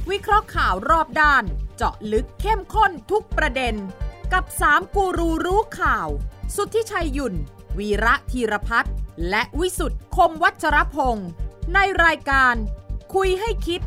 วิเคราะห์ข่าวรอบด้านเจาะลึกเข้มข้นทุกประเด็นกับ3กูรูรู้ข่าวสุทธิชัยหยุ่นวีระธีรพัฒน์และวิสุทธ์คมวัชรพงศ์ในรายการคุยให้คิด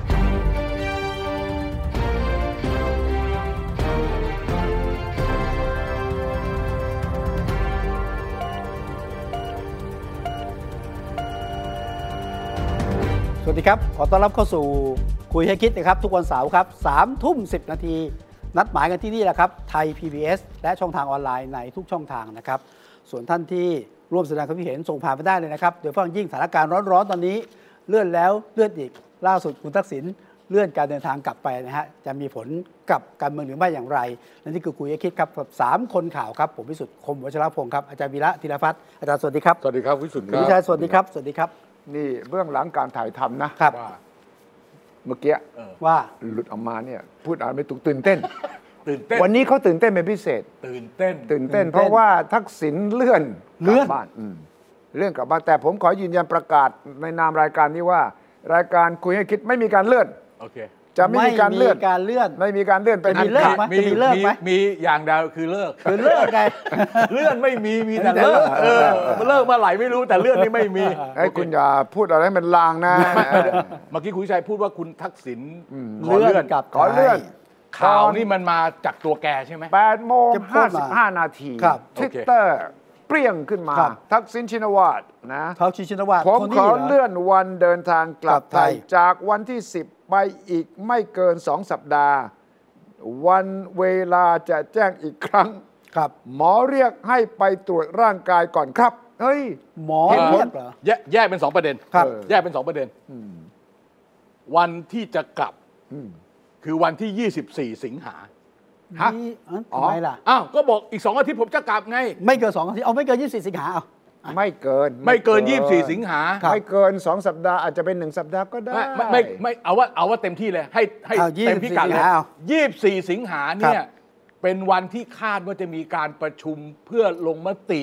สวัสดีครับขอต้อนรับเข้าสู่คุยให้คิดนะครับทุกวันเสาร์ครับ3:10 นาทีนัดหมายกันที่นี่แหละครับไทย PBS และช่องทางออนไลน์ในทุกช่องทางนะครับส่วนท่านที่ร่วมแสดงความคิดเห็นส่งผ่านไปได้เลยนะครับโดยเฉพาะยิ่งสถานการณ์ร้อนๆตอนนี้เลื่อนแล้วเลื่อนอีกล่าสุดคุณทักษิณเลื่อนการเดินทางกลับไปนะฮะจะมีผลกับการเมืองหรือไม่อย่างไรและนี่คือคุยให้คิดครับกับ3คนข่าวครับผมวิสุทธิ์คมวัชรพงศ์ครับอาจารย์วีระธีรพัฒน์อาจารย์สวัสดีครับสวัสดีครับวิสุทธิ์ครับวิชัยสวัสดีครับสวัสดีครับนี่เบื้องหลังการถ่ายทำนะครับเมื่อกี้ว่าหลุดออกมาเนี่ยพูดอ่านไม่ถูกตื่นเต้นวันนี้เขาตื่นเต้นเป็นพิเศษตื่นเต้นเพราะว่าทักษิณเลื่อนกลับบ้านเรื่องกลับบ้านแต่ผมขอยืนยันประกาศในนามรายการนี้ว่ารายการคุยให้คิดไม่มีการเลื่อนโอเคจะไม่มีการเลื่อนไม่มีการเลื่อนเป็นอันขาดมีอย่างเดียวคือเลิกไงเลื่อนไม่มีแต่เลิกเลิกเมื่อไหร่ไม่รู้แต่เลื่อนนี่ไม่มีไอ้คุณอย่าพูดอะไรให้มันลางนะเมื่อกี้คุณชัยพูดว่าคุณทักษิณขอเลื่อนข่าวนี่มันมาจากตัวแกใช่ไหม 8:55 นาทีทวิตเตอร์เปรี้ยงขึ้นมาทักษิณชินวัตรนะทักษิณชินวัตรผมขอเลื่อนวันเดินทางกลับไทยจากวันที่10ไปอีกไม่เกิน2 สัปดาห์วันเวลาจะแจ้งอีกครั้งหมอเรียกให้ไปตรวจร่างกายก่อนครับเฮ้ยหมอเรียกเหรอแยกเป็น2ประเด็นแยกเป็น2ประเด็นวันที่จะกลับคือวันที่24 สิงหาทำไมล่ะอ้าวก็บอกอีก2 อาทิตย์ผมจะกลับไงไม่เกิน2 อาทิตย์เอาไม่เกิน24 สิงหาเอาไม่เกิน 24 สิงหาไม่เกิน2 สัปดาห์อาจจะเป็น1 สัปดาห์ก็ได้ไม่เอาว่าเต็มที่เลยให้เต็มพิกัดเลย24 สิงหาเนี่ยเป็นวันที่คาดว่าจะมีการประชุมเพื่อลงมติ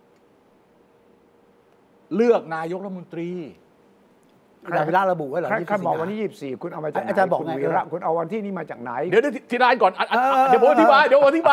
เลือกนายกรัฐมนตรีอาจารย์วีระระบุไว้เหรอใครบอกวันที่24คุณเอามาจากไหนอาจารย์บอกไงคุณเอาวันที่นี้มาจากไหนเดี๋ยวทีรานก่อนเดี๋ยวผมอธิบาย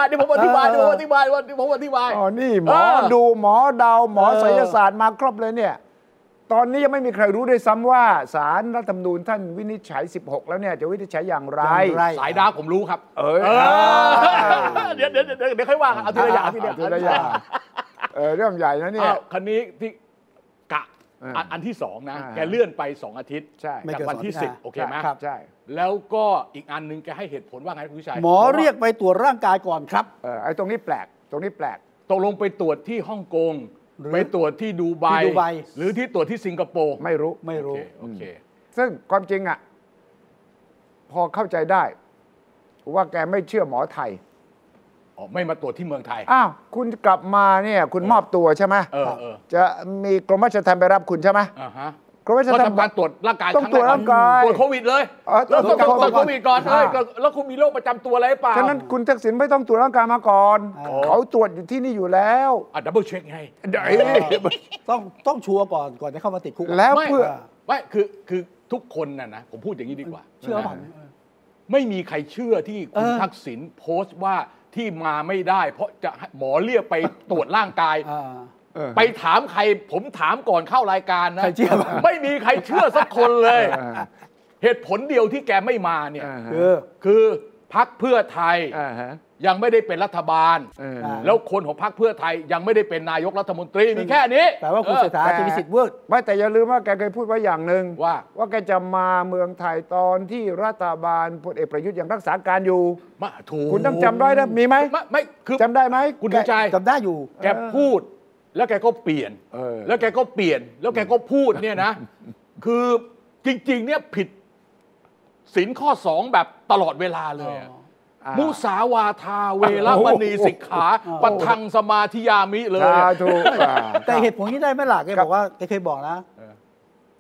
อ๋อนี่หมอดูหมอเดาหมอไสยศาสตร์มาครบเลยเนี่ยตอนนี้ยังไม่มีใครรู้ด้วยซ้ำว่าศาลรัฐธรรมนูญท่านวินิจฉัย16แล้วเนี่ยจะวินิจฉัยอย่างไรสายดาวผมรู้ครับเดี๋ยวค่อยว่าเอาทีละอย่างเรื่องใหญ่นะเนี่ยคันนี้ที่อันที่2นะแกเลื่อนไป2 อาทิตย์จากวันที่10โอเคไหมใช่แล้วก็อีกอันนึงแกให้เหตุผลว่าไงคุณชัยหมอเรียกไปตรวจร่างกายก่อนครับไอ้ตรงนี้แปลกตกลงไปตรวจที่ฮ่องกงไปตรวจที่ดูไบหรือที่ตรวจที่สิงคโปร์ไม่รู้โอเคซึ่งความจริงอ่ะพอเข้าใจได้ว่าแกไม่เชื่อหมอไทยไม่มาตรวจที่เมืองไทยอ้าวคุณกลับมาเนี่ยคุณมอบตัวใช่ไหมจะมีกรมราชทัณฑ์ไปรับคุณใช่ไหมกรมราชทัณฑ์ทำการตรวจร่างกายต้องตรวจร่างกายตรวจโควิดเลยแล้วต้องตรวจโควิดก่อนแล้วคุณมีโรคประจำตัวอะไรเปล่าฉะนั้นคุณทักษิณไม่ต้องตรวจร่างกายมาก่อนเขาตรวจอยู่ที่นี่อยู่แล้วดับเบิลเช็คไงต้องชัวร์ก่อนจะเข้ามาติดคุกแล้วเพื่อไม่คือทุกคนนะผมพูดอย่างนี้ดีกว่าเชื่อผมไม่มีใครเชื่อที่คุณทักษิณโพสต์ว่าที่มาไม่ได้เพราะจะหมอเรียกไปตรวจร่างกายไปถามใครผมถามก่อนเข้ารายการนะไม่มีใครเชื่อสักคนเลยเหตุผลเดียวที่แกไม่มาเนี่ยคือพรรคเพื่อไทยยังไม่ได้เป็นรัฐบาลแล้วคนของพรรคเพื่อไทยยังไม่ได้เป็นนายกรัฐมนตรีมีแค่นี้แต่ว่าคุณเศรษฐาจะมีสิทธิ์เวิร์กไม่แต่อย่าลืมว่าแกเคยพูดไว้อย่างหนึ่งว่าแกจะมาเมืองไทยตอนที่รัฐบาลพลเอกประยุทธ์ยังรักษาการอยู่คุณต้องจำได้นะมีไหมไม่คือจำได้ไหมคุณดูใจจำได้อยู่แกพูดแล้วแกก็เปลี่ยนแล้วแกก็เปลี่ยนแล้วแกก็พูดเนี่ยนะคือจริงๆเนี่ยผิดศีลข้อ2แบบตลอดเวลาเลยมุสาวาทาเวรมณีสิกขาปทังสมาธิยามิเลยถูกแต่เหตุผลที่ได้ไม่หลักแกบอกว่าแกเคยบอกนะ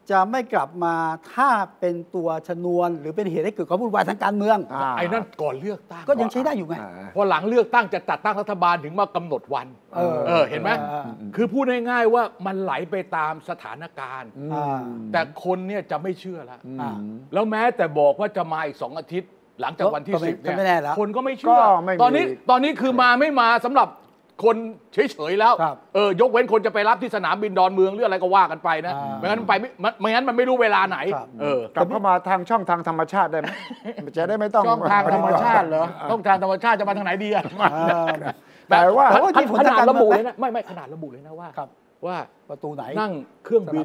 จะไม่กลับมาถ้าเป็นตัวชนวนหรือเป็นเหตุให้เกิดความวุ่นวายทางการเมืองไอ้นั่นก่อนเลือกตั้งก็ยังใช้ได้อยู่ไงพอหลังเลือกตั้งจะจัดตั้งรัฐบาลถึงมากำหนดวันเห็นไหมคือพูดง่ายๆว่ามันไหลไปตามสถานการณ์แต่คนเนี่ยจะไม่เชื่อแล้วแม้แต่บอกว่าจะมาอีก2 อาทิตย์หลังจากวันที่ 10เนี่ยคนก็ไม่เชื่อตอนนี้คือมาไม่มาสำหรับคนเฉยๆแล้วยกเว้นคนจะไปรับที่สนามบินดอนเมืองหรืออะไรก็ว่ากันไปนะไม่งั้นมันไม่รู้เวลาไหนกลับเข้ามาทางช่องทางธรรมชาติได้ไหมจะได้ไม่ต้องช่องทางธรรมชาติเหรอต้องทางธรรมชาติจะมาทางไหนดีอะแต่ว่าขนาดระบุเลยนะไม่ขนาดระบุเลยนะว่าประตูไหนนั่งเครื่องบิน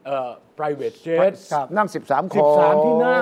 private jet นั่ง13 คน 13 ที่นั่ง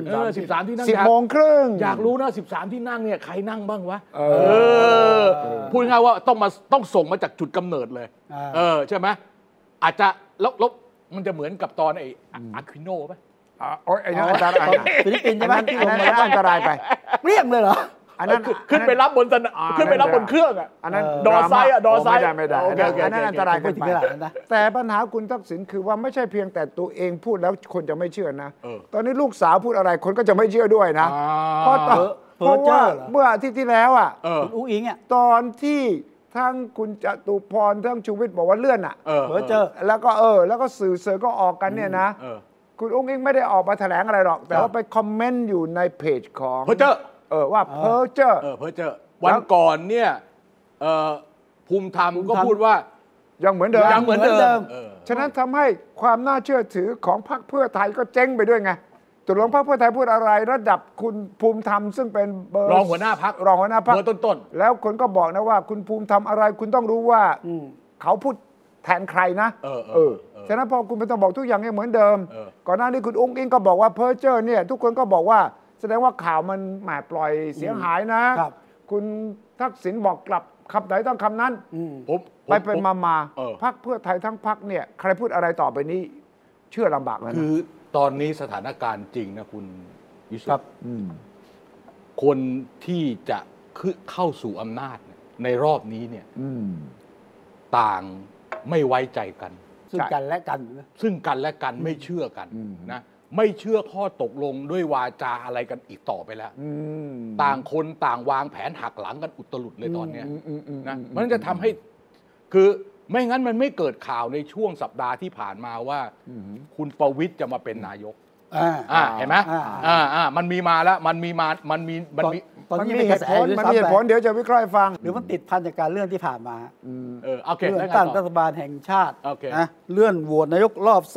13 ที่นั่ง 10 โมงครึ่งอยากรู้นะ13 ที่นั่งเนี่ยใครนั่งบ้างวะพูดง่ายๆว่าต้องส่งมาจากจุดกำเนิดเลยใช่ไหมอาจจะลบมันจะเหมือนกับตอนไอ้อาควิโน่ป่ะไอ้นั่นอันตรายฟิลิปปินส์ใช่ไหมอันนั้นอันตรายไปเรียกเลยเหรออันนั้นขึ้นไปรับบนขึ้นไปรับบนเครื่องอ่ะอันนั้นดอไซด์ไม่ได้อันนั้นอันตรายไปแต่ปัญหาคุณทักษิณคือว่าไม่ใช่เพียงแต่ตัวเองพูดแล้วคนจะไม่เชื่อนะตอนนี้ลูกสาวพูดอะไรคนก็จะไม่เชื่อด้วยนะเพราะว่าเมื่ออาทิตย์ที่แล้วอ่ะคุณอุ้งอิงอ่ะตอนที่ทั้งคุณจตุพรทั้งชูวิทย์บอกว่าเลื่อนอ่ะแล้วก็สื่อก็ออกกันเนี่ยนะคุณอุ้งอิงไม่ได้ออกมาแถลงอะไรหรอกแต่ว่าไปคอมเมนต์อยู่ในเพจของว่าเพ้อเจ้อวันก่อนเนี่ยภูมิธรรมก็พูดว่ายังเหมือนเดิมฉะนั้นทำให้ความน่าเชื่อถือของพรรคเพื่อไทยก็เจ๊งไปด้วยไงตกลงพรรคเพื่อไทยพูดอะไรระดับคุณภูมิธรรมซึ่งเป็นรองหัวหน้าพรรคเบอร์ต้นแล้วคนก็บอกนะว่าคุณภูมิธรรมอะไรคุณต้องรู้ว่าเขาพูดแทนใครนะฉะนั้นพอคุณไม่ต้องบอกทุกอย่างเหมือนเดิมก่อนหน้านี้คุณอุ้งอิงก็บอกว่าเพ้อเจ้อเนี่ยทุกคนก็บอกว่าแสดงว่าข่าวมันหมายปล่อยเสียหายนะคุณทักษิณบอกกลับคำไหนต้องคำนั้นไปมาพรรคเพื่อไทยทั้งพรรคเนี่ยใครพูดอะไรต่อไปนี้เชื่อลำบากแล้วคือตอนนี้สถานการณ์จริงนะคุณวิสุทธิ์คนที่จะเข้าสู่อำนาจในรอบนี้เนี่ยต่างไม่ไว้ใจกันซึ่งกันและกันไม่เชื่อกันนะไม่เชื่อข้อตกลงด้วยวาจาอะไรกันอีกต่อไปแล้วต่างคนต่างวางแผนหักหลังกันอุตลุดเลยตอนนี้นะมันจะทำให้คือไม่งั้นมันไม่เกิดข่าวในช่วงสัปดาห์ที่ผ่านมาว่าคุณประวิตรจะมาเป็นนายกเห็นไหมมันมีมาแล้วมันมีตอนนี้มีกระแสมันมีเหตุผลเดี๋ยวจะวิเคราะห์ให้ฟังหรือมันติดพันจากการเลื่อนที่ผ่านมาโอเคเลื่อนตั้งรัฐบาลแห่งชาตินะเลื่อนโหวตนายกรอบ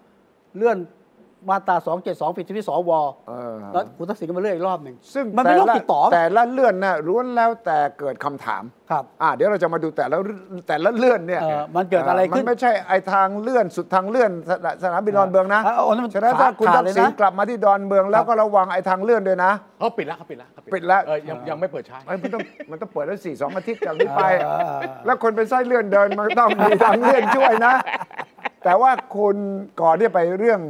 3เลื่อนมาตรา272ปิดที่สวแล้วคุณทักษิณก็มาเลื่อนอีกรอบหนึ่งซึ่งมันเป็นโรคติดต่อแต่ละเลื่อนน่ะล้วนแล้วแต่เกิดคำถามครับเดี๋ยวเราจะมาดูแต่ละเลื่อนเนี่ยมันเกิดอะไรขึ้นมันไม่ใช่ไอ้ทางเลื่อนสุดทางเลื่อนสนามบินดอนเมืองนะฉะนั้นถ้าคุณทักษิณกลับมาที่ดอนเมืองแล้วก็ระวังไอ้ทางเลื่อนด้วยนะเขาปิดแล้วยังไม่เปิดใช้มันต้องเปิดแล้ว2 อาทิตย์จากนี้ไปแล้วคนเป็นไส้เลื่อนเดินมันต้องมีทางเลื่อนช่วยนะแต่ว่าคุณก่อนที่ไปเรื่อง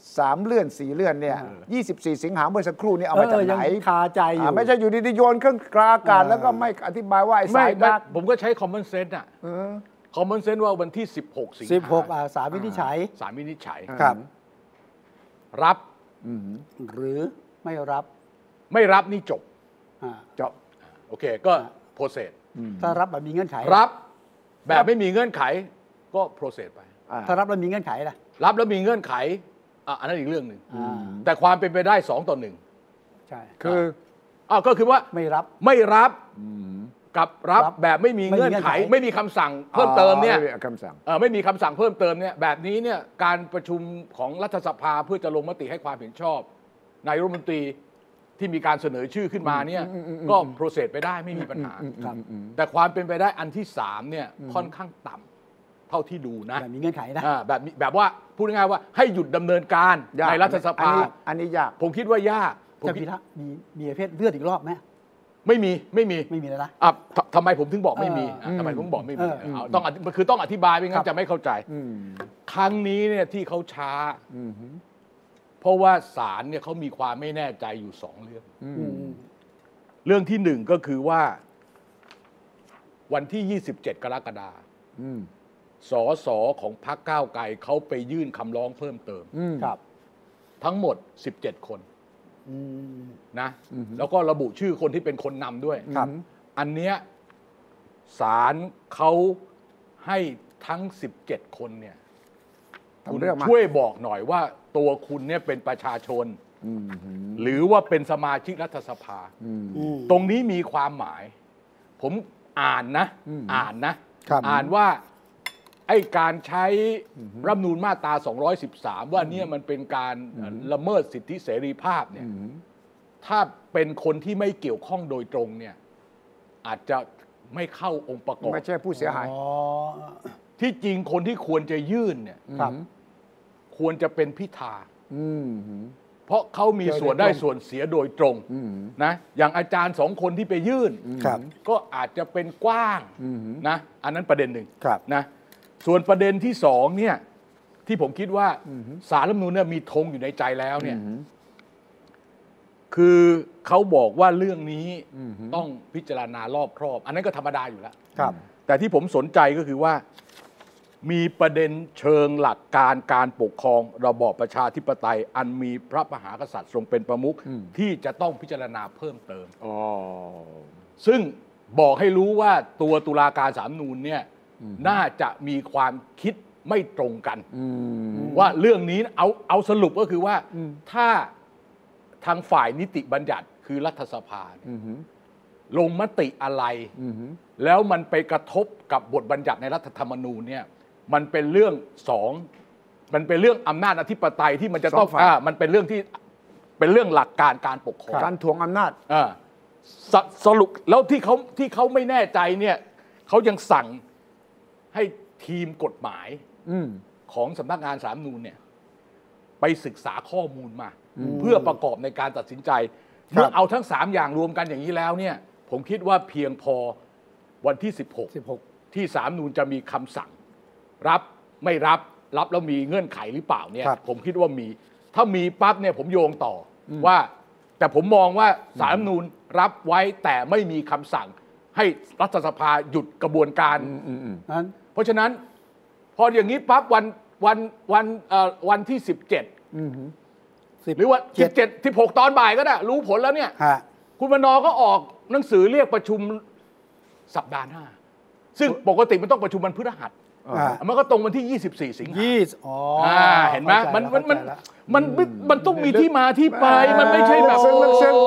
3 เลื่อน4 เลื่อนเนี่ย24 สิงหาเมื่อสักครู่นี้เอามาจากไหนคาใจอยู่ไม่ใช่อยู่ดีๆโยนเครื่องกลางอากาศแล้วก็ไม่อธิบายว่าไอ้สายดักผมก็ใช้ common sense common sense ว่าวันที่16 สิงหาศาลวินิจฉัยครับรับหรือไม่รับนี่จบโอเคก็ process ถ้ารับแบบมีเงื่อนไขรับแบบไม่มีเงื่อนไขก็ process ไปถ้ารับแล้วมีเงื่อนไขล่ะรับแล้วมีเงื่อนไขอันนั้นอีกเรื่องหนึ่งแต่ความเป็นไปได้2-1 ใช่ก็คือว่าไม่รับกับรับแบบไม่มีเงื่อนไขไม่มีคำสั่งเพิ่มเติมเนี่ยไม่มีคำสั่งเพิ่มเติมเนี่ยแบบนี้เนี่ยการประชุมของรัฐสภาเพื่อจะลงมติให้ความเห็นชอบนายรัฐมนตรีที่มีการเสนอชื่อขึ้นมาเนี่ยก็โปรเซสไปได้ไม่มีปัญหาแต่ความเป็นไปได้อันที่3เนี่ยค่อนข้างต่ำเท่าที่ดูนะแบบมีเงื่อนไขนะแบบว่าพูดง่ายๆว่าให้หยุดดำเนินการในรัฐสภาอันนี้ยากผมคิดว่ายากจะมีประเภทเลือดอีกรอบไหมไม่มีเลยนะทำไมผมถึงบอกไม่มีทำไมผมบอกไม่มีต้องอธิบายไม่งั้นจะไม่เข้าใจครั้งนี้เนี่ยที่เขาช้าเพราะว่าศาลเนี่ยเขามีความไม่แน่ใจอยู่2 เรื่องที่1ก็คือว่าวันที่27 กรกฎาคมสสของพรรคก้าวไกลเขาไปยื่นคำร้องเพิ่มเติมครับทั้งหมด17 คนนะแล้วก็ระบุชื่อคนที่เป็นคนนำด้วยอันเนี้ยศาลเขาให้ทั้ง17 คนเนี่ยคุณช่วยบอกหน่อยว่าตัวคุณเนี่ยเป็นประชาชนหรือว่าเป็นสมาชิกรัฐสภาตรงนี้มีความหมายผมอ่านนะอ่านว่าไอ้การใช้รัฐธรรมนูญมาตรา213ว่าเนี่ยมันเป็นการละเมิดสิทธิเสรีภาพเนี่ยถ้าเป็นคนที่ไม่เกี่ยวข้องโดยตรงเนี่ยอาจจะไม่เข้าองค์ประกอบไม่ใช่ผู้เสียหายที่จริงคนที่ควรจะยื่นเนี่ยควรจะเป็นพิธาเพราะเขามีส่วนได้ส่วนเสียโดยตรงนะอย่างอาจารย์2 คนที่ไปยื่นก็อาจจะเป็นกว้างนะอันนั้นประเด็นหนึ่งนะส่วนประเด็นที่2เนี่ยที่ผมคิดว่าศาลรัฐธรรมนูญเนี่ยมีธงอยู่ในใจแล้วเนี่ยคือเขาบอกว่าเรื่องนี้ต้องพิจารณารอบครอบอันนั้นก็ธรรมดาอยู่แล้วแต่ที่ผมสนใจก็คือว่ามีประเด็นเชิงหลักการการปกครองระบอบประชาธิปไตยอันมีพระมหากษัตริย์ทรงเป็นประมุขที่จะต้องพิจารณาเพิ่มเติมซึ่งบอกให้รู้ว่าตัวตุลาการศาลรัฐธรรมนูญเนี่ยน่าจะมีความคิดไม่ตรงกันว่าเรื่องนี้เอาสรุปก็คือว่าถ้าทางฝ่ายนิติบัญญัติคือรัฐสภาลงมติอะไรแล้วมันไปกระทบกับบทบัญญัติในรัฐธรรมนูญเนี่ยมันเป็นเรื่องมันเป็นเรื่องอำนาจอธิปไตยที่มันจะต้องมันเป็นเรื่องที่เป็นเรื่องหลักการการปกครองการทวงอำนาจสรุปแล้วที่เขาไม่แน่ใจเนี่ยเขายังสั่งให้ทีมกฎหมายของสำนักงานศาลรัฐธรรมนูญเนี่ยไปศึกษาข้อมูลมาเพื่อประกอบในการตัดสินใจเมื่อเอาทั้ง3อย่างรวมกันอย่างนี้แล้วเนี่ยผมคิดว่าเพียงพอวันที่16ที่ศาลรัฐธรรมนูญจะมีคำสั่งรับไม่รับแล้วมีเงื่อนไขหรือเปล่าเนี่ยผมคิดว่ามีถ้ามีปั๊บเนี่ยผมโยงต่อว่าแต่ผมมองว่าศาลรัฐธรรมนูญรับไว้แต่ไม่มีคำสั่งให้รัฐสภาหยุดกระบวนการนั้นเพราะฉะนั้นพออย่างนี้ปั๊บวันที่17หรือว่า16ตอนบ่ายก็ได้รู้ผลแล้วเนี่ยคุณมน.ก็ออกหนังสือเรียกประชุมสัปดาห์หน้าซึ่งปกติมันต้องประชุมวันพฤหัสมันก็ตรงวันที่24สิงหาเห็นไหมมันต้องมีที่มาที่ไปมันไม่ใช่แบบลึกซึ้ง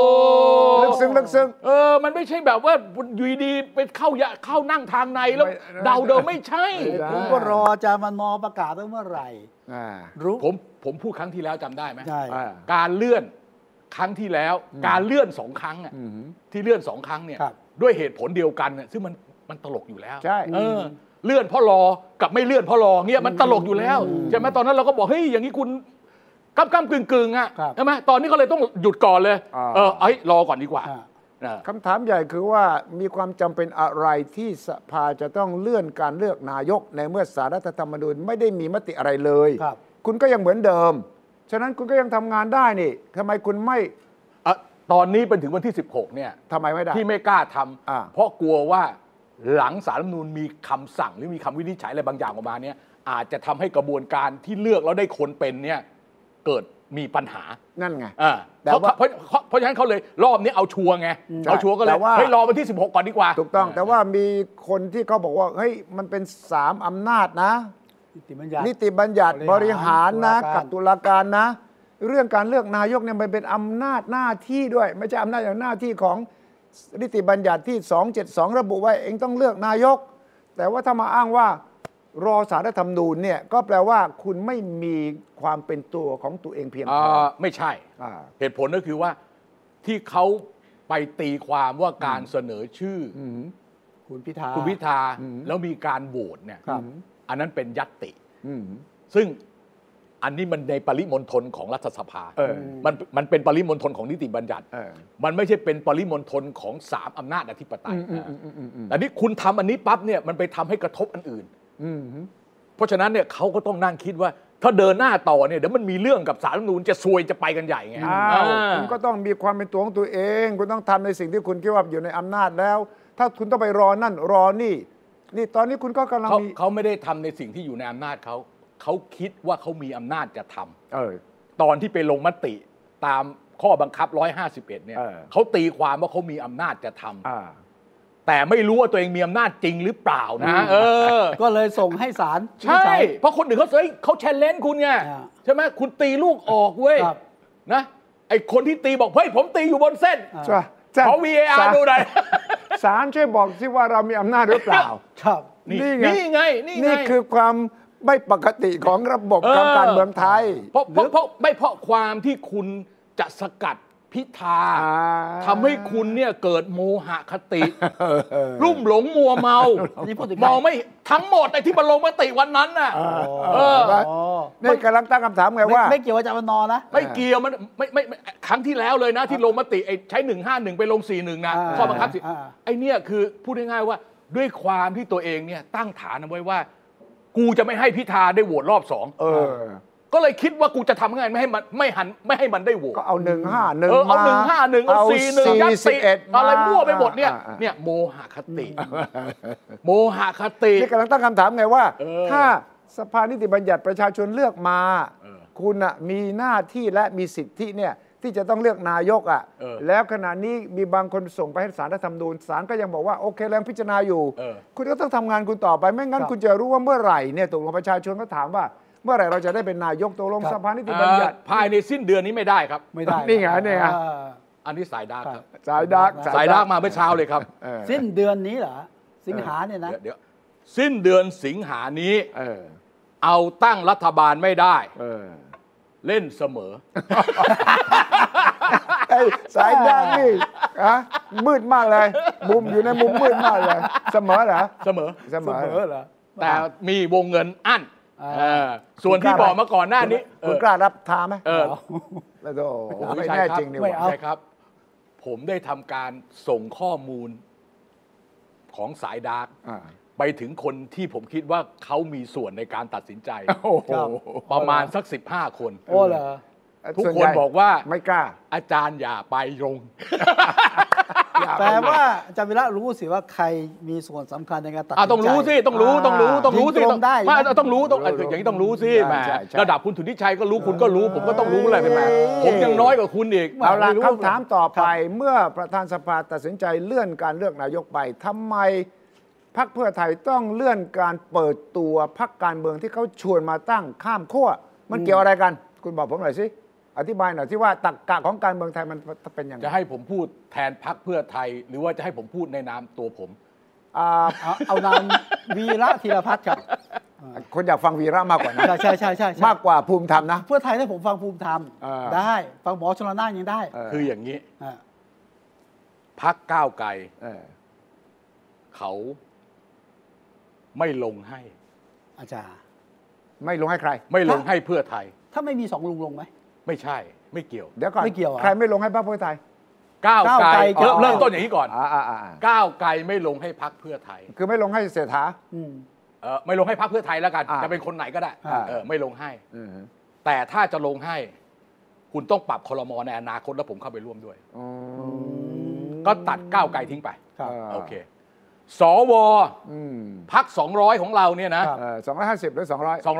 มันไม่ใช่แบบว่าอยู่ดีไปเข้านั่งทางในแล้วเดาไม่ใช่ผมก็รอจะมานประกาศเมื่อไหร่รู้ผมพูดครั้งที่แล้วจำได้ไหมการเลื่อนครั้งที่แล้วการเลื่อน2 ครั้งที่เลื่อน2 ครั้งเนี่ยด้วยเหตุผลเดียวกันซึ่งมันตลกอยู่แล้วใช่เลื่อนเพราะรอกับไม่เลื่อนเพราะรอเงี้ยมันตลกอยู่แล้วใช่ไหมตอนนั้นเราก็บอกเฮ้ยอย่างนี้คุณก้ำกึ่งใช่ไหมตอนนี้เขาเลยต้องหยุดก่อนเลยรอก่อนดีกว่าคำถามใหญ่คือว่ามีความจำเป็นอะไรที่สภาจะต้องเลื่อนการเลือกนายกในเมื่อศาลรัฐธรรมนูญไม่ได้มีมติอะไรเลยคุณก็ยังเหมือนเดิมฉะนั้นคุณก็ยังทำงานได้นี่ทำไมคุณไม่ตอนนี้เป็นถึงวันที่16เนี่ยทำไมไม่ได้ที่ไม่กล้าทำเพราะกลัวว่าหลังศาลรัฐธรรมนูญมีคำสั่งหรือมีคำวินิจฉัยอะไรบางอย่างออกมาเนี่ยอาจจะทำให้กระบวนการที่เลือกแล้วได้คนเป็นเนี่ยเกิดมีปัญหานั่นไงเพราะฉะนั้นเขาเลยรอบนี้เอาชัวร์ไงเอาชัวร์ก็เลยให้รอวันที่16ก่อนดีกว่าถูกต้องแต่ว่ามีคนที่เขาบอกว่าเฮ้ยมันเป็น3อำนาจนะนิติบัญญัติบริหารนะกับตุลาการนะเรื่องการเลือกนายกเนี่ยมันเป็นอำนาจหน้าที่ด้วยไม่ใช่อำนาจอย่างหน้าที่ของนิติบัญญัติที่272ระบุไว้เองต้องเลือกนายกแต่ว่าถ้ามาอ้างว่ารอศาลรัฐธรรมนูญเนี่ยก็แปลว่าคุณไม่มีความเป็นตัวของตัวเองเพียงพอไม่ใช่เหตุผลก็คือว่าที่เขาไปตีความว่าการเสนอชื่อคุณพิธาแล้วมีการโหวตเนี่ยอันนั้นเป็นญัตติซึ่งอันนี้มันในปริมณฑลของรัฐสภามันเป็นปริมณฑลของนิติบัญญัติมันไม่ใช่เป็นปริมณฑลของ3อำนาจอธิปไตยแต่นี่คุณทำอันนี้ปั๊บเนี่ยมันไปทำให้กระทบอันอื่นเพราะฉะนั้นเนี่ยเขาก็ต้องนั่งคิดว่าถ้าเดินหน้าต่อเนี่ยเดี๋ยวมันมีเรื่องกับศาลรัฐธรรมนูญจะซวยจะไปกันใหญ่ไงคุณก็ต้องมีความเป็นตัวของตัวเองคุณต้องทำในสิ่งที่คุณคิดว่าอยู่ในอำนาจแล้วถ้าคุณต้องไปรอนั่นรอนี่นี่ตอนนี้คุณก็กำลังมีเขาไม่ได้ทำในสิ่งที่อยู่ในอำนาจเขาคิดว่าเขามีอำนาจจะทำตอนที่ไปลงมติตามข้อบังคับ151เนี่ยเขาตีความว่าเขามีอำนาจจะทำแต่ไม่รู้ว่าตัวเองมีอำนาจจริงหรือเปล่านะก็เลยส่งให้ศาลใช่เพราะคนอื่นเขาแชร์เลนคุณไงใช่ไหมคุณตีลูกออกเว้ยนะไอคนที่ตีบอกเฮ้ยผมตีอยู่บนเส้นขอ VAR ดูหน่อยศาลช่วยบอกสิว่าเรามีอำนาจหรือเปล่าครับนี่ไงนี่คือความไม่ปกติของระบบการเมืองไทยเพราะความที่คุณจะสกัดพิธาทำให้คุณเนี่ยเกิดโมหะคติรุ่มหลงมัวเมาเมาไม่ทั้งหมดไอ้ที่มาลงมติวันนั้นน่ะนี่กำลังตั้งคำถามไงว่าไม่เกี่ยวกับจวนนะไม่เกี่ยวมันไม่ครั้งที่แล้วเลยนะที่ลงมติไอ้ใช้151ไปลง41นะข้อบังคับไอ้เนี่ยคือพูดง่ายๆว่าด้วยความที่ตัวเองเนี่ยตั้งฐานเอาไว้ว่ากูจะไม่ให้พิธาได้โหวตรอบ2ก็เลยคิดว่ากูจะทำไงไม่ให้มันได้โหวตก็เอา151 เอา151เอา41ยัดติอะไรมั่วไปหมดเนี่ยโมหะคติโมหะคตินี่กำลังตั้งคำถามไงว่าถ้าสภานิติบัญญัติประชาชนเลือกมาคุณมีหน้าที่และมีสิทธิเนี่ยที่จะต้องเลือกนายกแล้วขณะนี้มีบางคนส่งไปให้ศาลรัฐธรรมนูญศาลก็ยังบอกว่าโอเคแล้วพิจารณาอยู่คุณก็ต้องทำงานคุณต่อไปไม่งั้นคุณจะรู้ว่าเมื่อไหร่เนี่ยตกลงประชาชนก็ถามว่าเมื่อไหร่เราจะได้เป็นนายกตกลงสภานิติบัญญัติภายในสิ้นเดือนนี้ไม่ได้ครับไม่ได้นี่ไงนี่ไงอันนี้สายดาร์กครับสายดาร์กมาเมื่อเช้าเลยครับสิ้นเดือนนี้เหรอสิงหาเนี่ยนะเดี๋ยวสิ้นเดือนสิงหานี้เอาตั้งรัฐบาลไม่ได้เล่นเสมอสายดาร์กนี่มืดมากเลยมุมอยู่ในมุมมืดมากเลยเสมอเหรอเสมอเหรอแต่มีวงเงินอั้นส่วนที่บอกมาก่อนหน้านี้คุณกล้ารับท้าไหมแล้วโธ่ไม่แน่จริงนี่ว่าใช่ครับผมได้ทำการส่งข้อมูลของสายดาร์กไปถึงคนที่ผมคิดว่าเขามีส่วนในการตัดสินใจประมาณสัก15 คนโอ้เหรอทุกคนบอกว่าไม่กล้าอาจารย์อย่าไปลงแปลว่าอาจารย์วิระรู้สิว่าใครมีส่วนสำคัญในการตัดสินใจต้องรู้สิต้องรู้สิไม่ต้องรู้อย่างนี้ต้องรู้สิแหมระดับคุณสุทธิชัยก็รู้คุณก็รู้ผมก็ต้องรู้อะไรไปแหมผมยังน้อยกว่าคุณอีกเอาล่ะคำถามต่อไปเมื่อประธานสภาตัดสินใจเลื่อนการเลือกนายกไปทำไมพรรคเพื่อไทยต้องเลื่อนการเปิดตัวพรรคการเมืองที่เขาชวนมาตั้งข้ามขั้วมันเกี่ยวอะไรกันคุณบอกผมหน่อยสิอธิบายหน่อยที่ว่าตรรกะของการเมืองไทยมันเป็นยังไงจะให้ผมพูดแทนพรรคเพื่อไทยหรือว่าจะให้ผมพูดในนามตัวผมเอานามวีระธีรพัฒน์ครับคนอยากฟังวีระมากกว่านะใช่มากกว่าภูมิธรรมนะเพื่อไทยถ้าผมฟังภูมิธรรมได้ฟังหมอชลน่านยังได้คืออย่างนี้พรรคก้าวไกลเขาไม่ลงให้อาจารย์ไม่ลงให้ใครไม่ลงให้เพื่อไทยถ้าไม่มี2 ลุงลงไหมไม่ใช่ไม่เกี่ยวเดี๋ยวก่อนไม่เกี่ยวใครไม่ลงให้พรรคเพื่อไทยก้าวไกลเริ่มต้นอย่างนี้ก่อนก้าวไกลไม่ลงให้พรรคเพื่อไทยคือไม่ลงให้เศรษฐาไม่ลงให้พรรคเพื่อไทยแล้วกันจะเป็นคนไหนก็ได้ไม่ลงให้แต่ถ้าจะลงให้คุณต้องปรับครม.ในอนาคตแล้วผมเข้าไปร่วมด้วยก็ตัดก้าวไกลทิ้งไปโอเคสวพรรค200ของเราเนี่ยนะ 250หรือ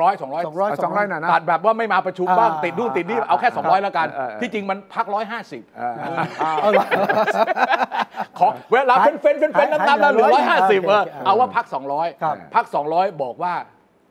200นะตัดแบบว่าไม่มาประชุมบ้างติดนู่นติดนี่เอาแค่200แล้วกันที่จริงมันพรรค150ขอเวลาเฟ้นน้ำๆแล้วเหลือ150เอาว่าพรรค200พรรค200บอกว่า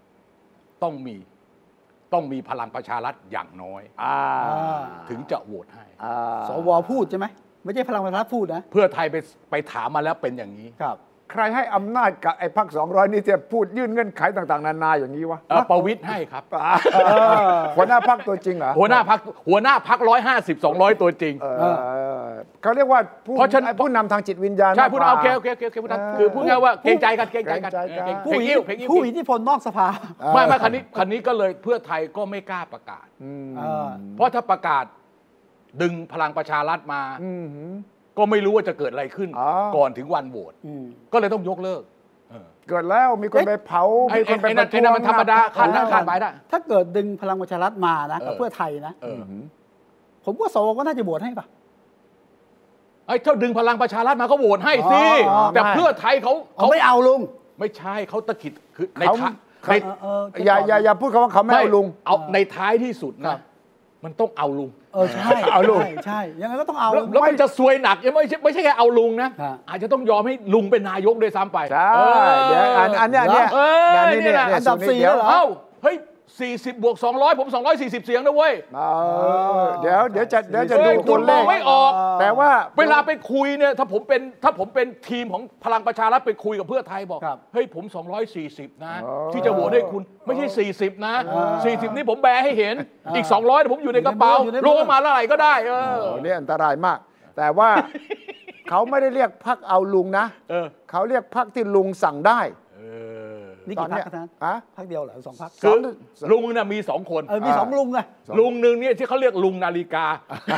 ต้องมีพลังประชารัฐอย่างน้อยถึงจะโหวตให้สวพูดใช่ไหมไม่ใช่พลังประชารัฐพูดนะเพื่อไทยไปถามมาแล้วเป็นอย่างนี้ใครให้อำนาจกับไอ้พรรค200นี่จะพูดยื่นเงื่อนไขต่างๆนานาอย่างนี้วะประวิตรให้ครับหัวหน้าพรรคตัวจริงเหรอหัวหน้าพรรค150 200ตัวจริงเขาเรียกว่าผู้นำทางจิตวิญญาณใช่ผู้นำโอเคคือพูดง่ายว่าเกรงใจกันผู้อิทธิพลนอกสภาไม่คันนี้ก็เลยเพื่อไทยก็ไม่กล้าประกาศเพราะถ้าประกาศดึงพลังประชารัฐมาก็ไม่รู้ว่าจะเกิดอะไรขึ้นก่อนถึงวันโหวตก็เลยต้องยกเลิกเกิดแล้วมีคนไปเผามีคนไปประท้วงมันธรรมดาขาดไปได้ถ้าเกิดดึงพลังประชารัฐมานะกับเพื่อไทยนะผมว่าสวก็น่าจะโหวตให้ป่ะถ้าดึงพลังประชารัฐมาก็โหวตให้สิแต่เพื่อไทยเขาไม่เอาลุงไม่ใช่เขาตะขิดคือในอย่าพูดคำว่าเขาไม่เอาลุงเอาในท้ายที่สุดนะมันต้องเอาลุงใช่เอาลุงใช่ยังไงก็ต้องเอาแล้วมันจะซวยหนักยังไม่ใช่แค่เอาลุงนะอาจจะต้องยอมให้ลุงเป็นนายกด้วยซ้ำไปใช่เดี๋ยวอันเนี้ยอันดับ4แล้วเหรอเฮ้ย40 บวก 200ผม240เสียงนะเว้ยเดี๋ยวจะดูตัวเลขไม่ออกแต่ว่าเวลาไปคุยเนี่ยถ้าผมเป็นทีมของพลังประชารัฐไปคุยกับเพื่อไทยบอกเฮ้ยผม240นะที่จะโหวตให้คุณไม่ใช่40นะ40นี่ผมแบให้เห็นอีก200ผมอยู่ในกระเป๋าลงมาแล้วไหร่ก็ได้นี่อันตรายมากแต่ว่าเขาไม่ได้เรียกพรรคเอาลุงนะเขาเรียกพรรคที่ลุงสั่งได้นี่กี่พรรคนะพรรคเดียวเหรอ2 พรรคคือลุงน่ะมี2 คนมี2 ลุงไงลุงหนึ่งเนี่ยที่เขาเรียกลุงนาฬิกา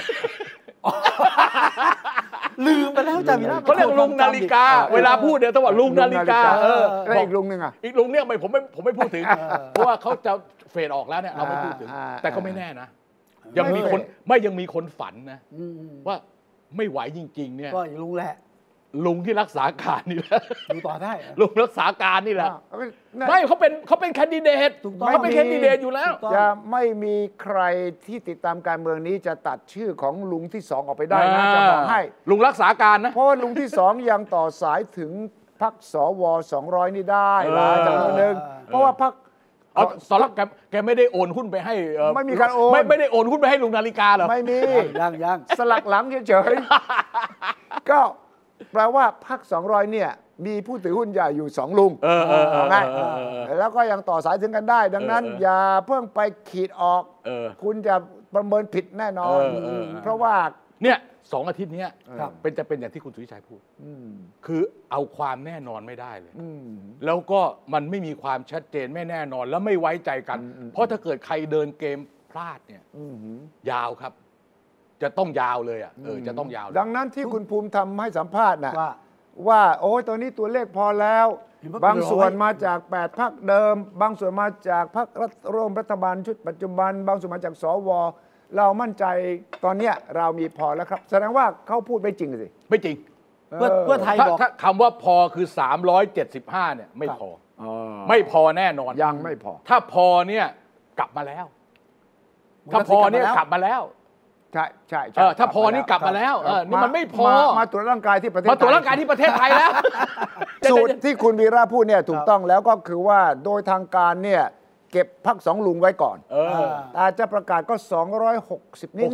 ลืมไปแล้วจำไม่ได้เขาเรียกลุงนาฬิกาเวลาพูดเดี๋ยวต้องว่าลุงนาฬิกาบอกอีกลุงนึงอ่ะอีกลุงเนี่ยผมไม่พูดถึงเพราะว่าเขาจะเฟดออกแล้วเนี่ยเราไม่พูดถึงแต่ก็ไม่แน่นะยังมีคนฝันนะว่าไม่ไหวจริงๆเนี่ยก็ลุงแหละลุงที่รักษาการนี่แหละดูต่อได้ลุงรักษาการนี่แหละไม่เขาเป็นแคนดิเดตเขาเป็นแคนดิเดตอยู่แล้วจะไม่มีใครที่ติดตามการเมืองนี้จะตัดชื่อของลุงที่2ออกไปได้นะจะบอกให้ลุงรักษาการนะเพราะลุงที่2ยังต่อสายถึงพรรคสว200นี่ได้นะจำนวนหนึ่งเพราะว่าพรรคสลักแกไม่ได้โอนหุ้นไปให้ไม่มีการโอนไม่ได้โอนหุ้นไปให้ลุงนาฬิกาเหรอไม่มียังสลักหลังเฉยๆก็แปลว่าพรรค200เนี่ยมีผู้ถือหุ้นใหญ่อยู่2 ลุงง่ายแล้วก็ยังต่อสายถึงกันได้ดังนั้นอย่าเพิ่งไปขีดออกคุณจะประเมินผิดแน่นอนเพราะว่าเนี่ย2 อาทิตย์นี้จะเป็นอย่างที่คุณสุวิชัยพูดคือเอาความแน่นอนไม่ได้เลยแล้วก็มันไม่มีความชัดเจนไม่แน่นอนแล้วไม่ไว้ใจกันเพราะถ้าเกิดใครเดินเกมพลาดเนี่ยยาวครับจะต้องยาวเลยจะต้องยาวดังนั้นที่คุณภูมิทำให้สัมภาษณ์นะว่าโอ้ยตอนนี้ตัวเลขพอแล้วบางส่วนมาจาก8 พรรคเดิมบางส่วนมาจากพรรคร่วมรัฐบาลชุดปัจจุบันบางส่วนมาจากสวเรามั่นใจตอนนี้เรามีพอแล้วครับแสดงว่าเขาพูดไม่จริงสิไม่จริงเพื่อไทยบอกคำว่าพอคือ375เนี่ยไม่พอไม่พอแน่นอนยังไม่พอถ้าพอเนี่ยกลับมาแล้วถ้าพอเนี่ยกลับมาแล้วใช่ถ้าพอนี่กลับมาแล้วนี่มันไม่พอมาตรวจร่างกายที่ประเทศมาตรวจร่างกายที่ประเทศไทยแล้วสูตรที่คุณวีระพูดเนี่ยถูกต้องแล้วก็คือว่าโดยทางการเนี่ยเก็บพรรค2 ลุงไว้ก่อนอาจจะประกาศก็260นิด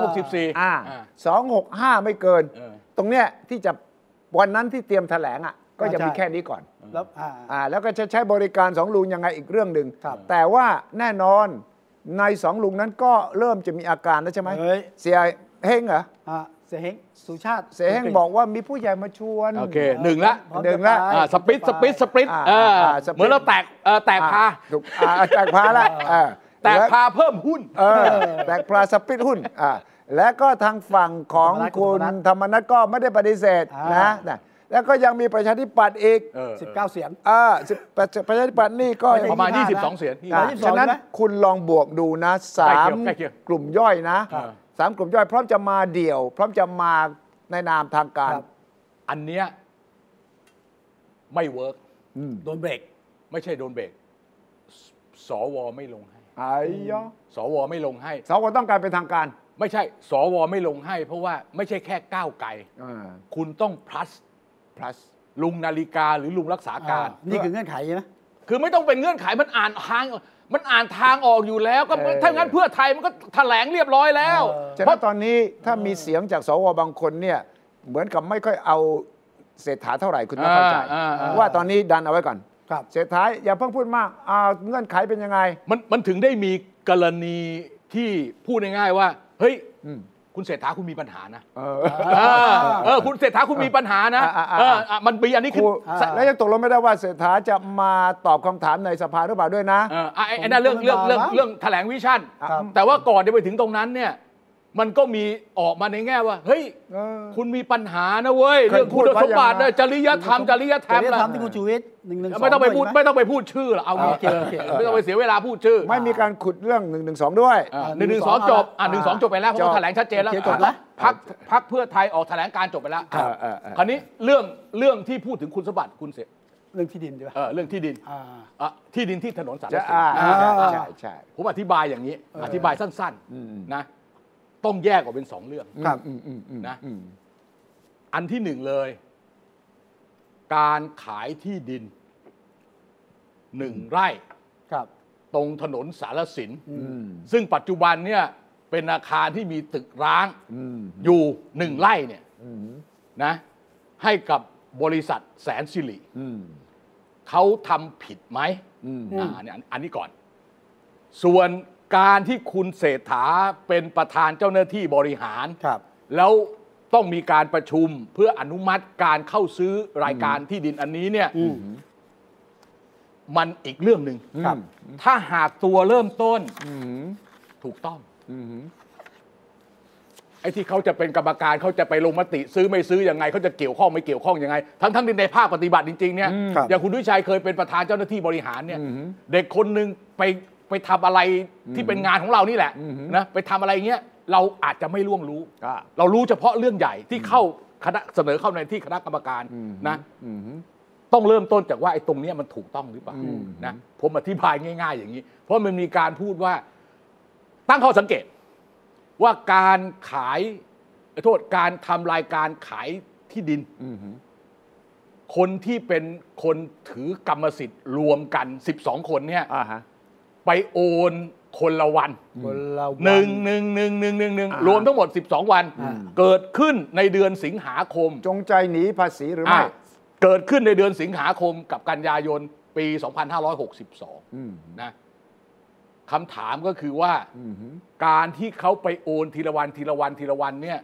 265ไม่เกินตรงเนี้ยที่จะวันนั้นที่เตรียมแถลงก็จะมีแค่นี้ก่อนแล้วก็จะใช้บริการ2 ลุงยังไงอีกเรื่องหนึ่งแต่ว่าแน่นอนใน2 ลุงนั้นก็เริ่มจะมีอาการแล้วใช่ไหมเสียเฮงเหรอเสียเฮงสุชาติเสียเฮงบอกว่ามีผู้ใหญ่มาชวนโอเค1 ละสปริตเหมือนเราแตกพาถูกแตกพาละแตกพาเพิ่มหุ้นแตกพาสปริตหุ้นและก็ทางฝั่งของคุณธรรมนัสก็ไม่ได้ปฏิเสธนะแล้วก็ยังมีประชาธิปัตย์อีก 19 เสียงประชาธิปัตย์นี่ก็ประมาณ22 เสียงฉะนั้นคุณลองบวกดูนะ3 กลุ่มย่อยนะ3 กลุ่มย่อยพร้อมจะมาเดี่ยวพร้อมจะมาในนามทางการอันเนี้ยไม่เวิร์กโดนเบรกไม่ใช่โดนเบรกสวไม่ลงให้สวไม่ลงให้สวต้องการเป็นทางการไม่ใช่สวไม่ลงให้เพราะว่าไม่ใช่แค่ก้าวไกลคุณต้อง plus ลุงนาฬิกาหรือลุงรักษาการนี่คือเงื่อนไขใช่ไหมคือไม่ต้องเป็นเงื่อนไขมันอ่านทางออกอยู่แล้วก็ถ้างั้นเพื่อไทยมันก็แถลงเรียบร้อยแล้วเพราะตอนนี้ถ้ามีเสียงจากสวบางคนเนี่ยเหมือนกับไม่ค่อยเอาเศรษฐาเท่าไหร่คุณต้องเข้าใจว่าตอนนี้ดันเอาไว้ก่อนเศรษฐาอย่าเพิ่งพูดมากเงื่อนไขเป็นยังไงมันถึงได้มีกรณีที่พูดง่ายๆว่าเฮ้ยคุณเศรษฐาคุณมีปัญหานะคุณเศรษฐาคุณมีปัญหานะมันมีอันนี้คือแล้วยังตกลงไม่ได้ว่าเศรษฐาจะมาตอบคำถามในสภาหรือเปล่าด้วยนะไอ้นั่นเรื่องแถลงวิชั่นแต่ว่าก่อนจะไปถึงตรงนั้นเนี่ยมันก็มีออกมาในแง่ว่าเฮ้ยคุณมีปัญหานะเว้ยเรื่องคุณสมบัติจริยธรรมที่คุณชูวิทย์ไม่ต้องไปพูดชื่อหรอกเอางี้ไม่ต้องไปเสียเวลาพูดชื่อไม่มีการขุดเรื่อง112ด้วย 112จบ112จบไปแล้วเพราะแถลงชัดเจนแล้วพรรคเพื่อไทยออกแถลงการจบไปแล้วคราวนี้เรื่องที่พูดถึงคุณสมบัติคุณเสเรื่องที่ดินใช่ไหมเรื่องที่ดินที่ดินที่ถนนสารสินใช่ผมอธิบายอย่างนี้อธิบายสั้นๆนะต้องแยกออกเป็น2 เรื่องนะอันที่1เลยการขายที่ดิน1 ไร่ตรงถนนสารสินซึ่งปัจจุบันเนี่ยเป็นอาคารที่มีตึกร้างอยู่1 ไร่เนี่ยนะให้กับบริษัทแสนสิริเขาทำผิดไหมอันนี้ก่อนส่วนการที่คุณเศรษฐาเป็นประธานเจ้าหน้าที่บริหารแล้วต้องมีการประชุมเพื่ออนุมัติการเข้าซื้อรายการที่ดินอันนี้เนี่ยมันอีกเรื่องหนึ่งถ้าหากตัวเริ่มต้นถูกต้องไอ้ที่เขาจะเป็นกรรมการเขาจะไปลงมติซื้อไม่ซื้อยังไงเขาจะเกี่ยวข้องไม่เกี่ยวข้องยังไงทั้งที่ในภาคปฏิบัติจริงๆเนี่ยอย่างคุณวิชัยเคยเป็นประธานเจ้าหน้าที่บริหารเนี่ยเด็กคนหนึ่งไปทำอะไรที่เป็นงานของเรานี่แหละนะไปทำอะไรเงี้ยเราอาจจะไม่ล่วงรู้เรารู้เฉพาะเรื่องใหญ่ที่เข้าคณะเสนอเข้าในที่คณะกรรมการนะต้องเริ่มต้นจากว่าไอ้ตรงนี้มันถูกต้องหรือเปล่านะผมอธิบายง่ายๆอย่างนี้เพราะมันมีการพูดว่าตั้งข้อสังเกตว่าการขายการทำรายการขายที่ดินคนที่เป็นคนถือกรรมสิทธิ์รวมกัน12 คนเนี่ยไปโอนคนละวันหนึ่งรวมทั้งหมด12 วันเกิดขึ้นในเดือนสิงหาคมจงใจหนีภาษีหรือไม่เกิดขึ้นในเดือนสิงหาคมกับกันยายนปี 2562นะคำถามก็คือว่าการที่เขาไปโอนทีละวันเนี่ย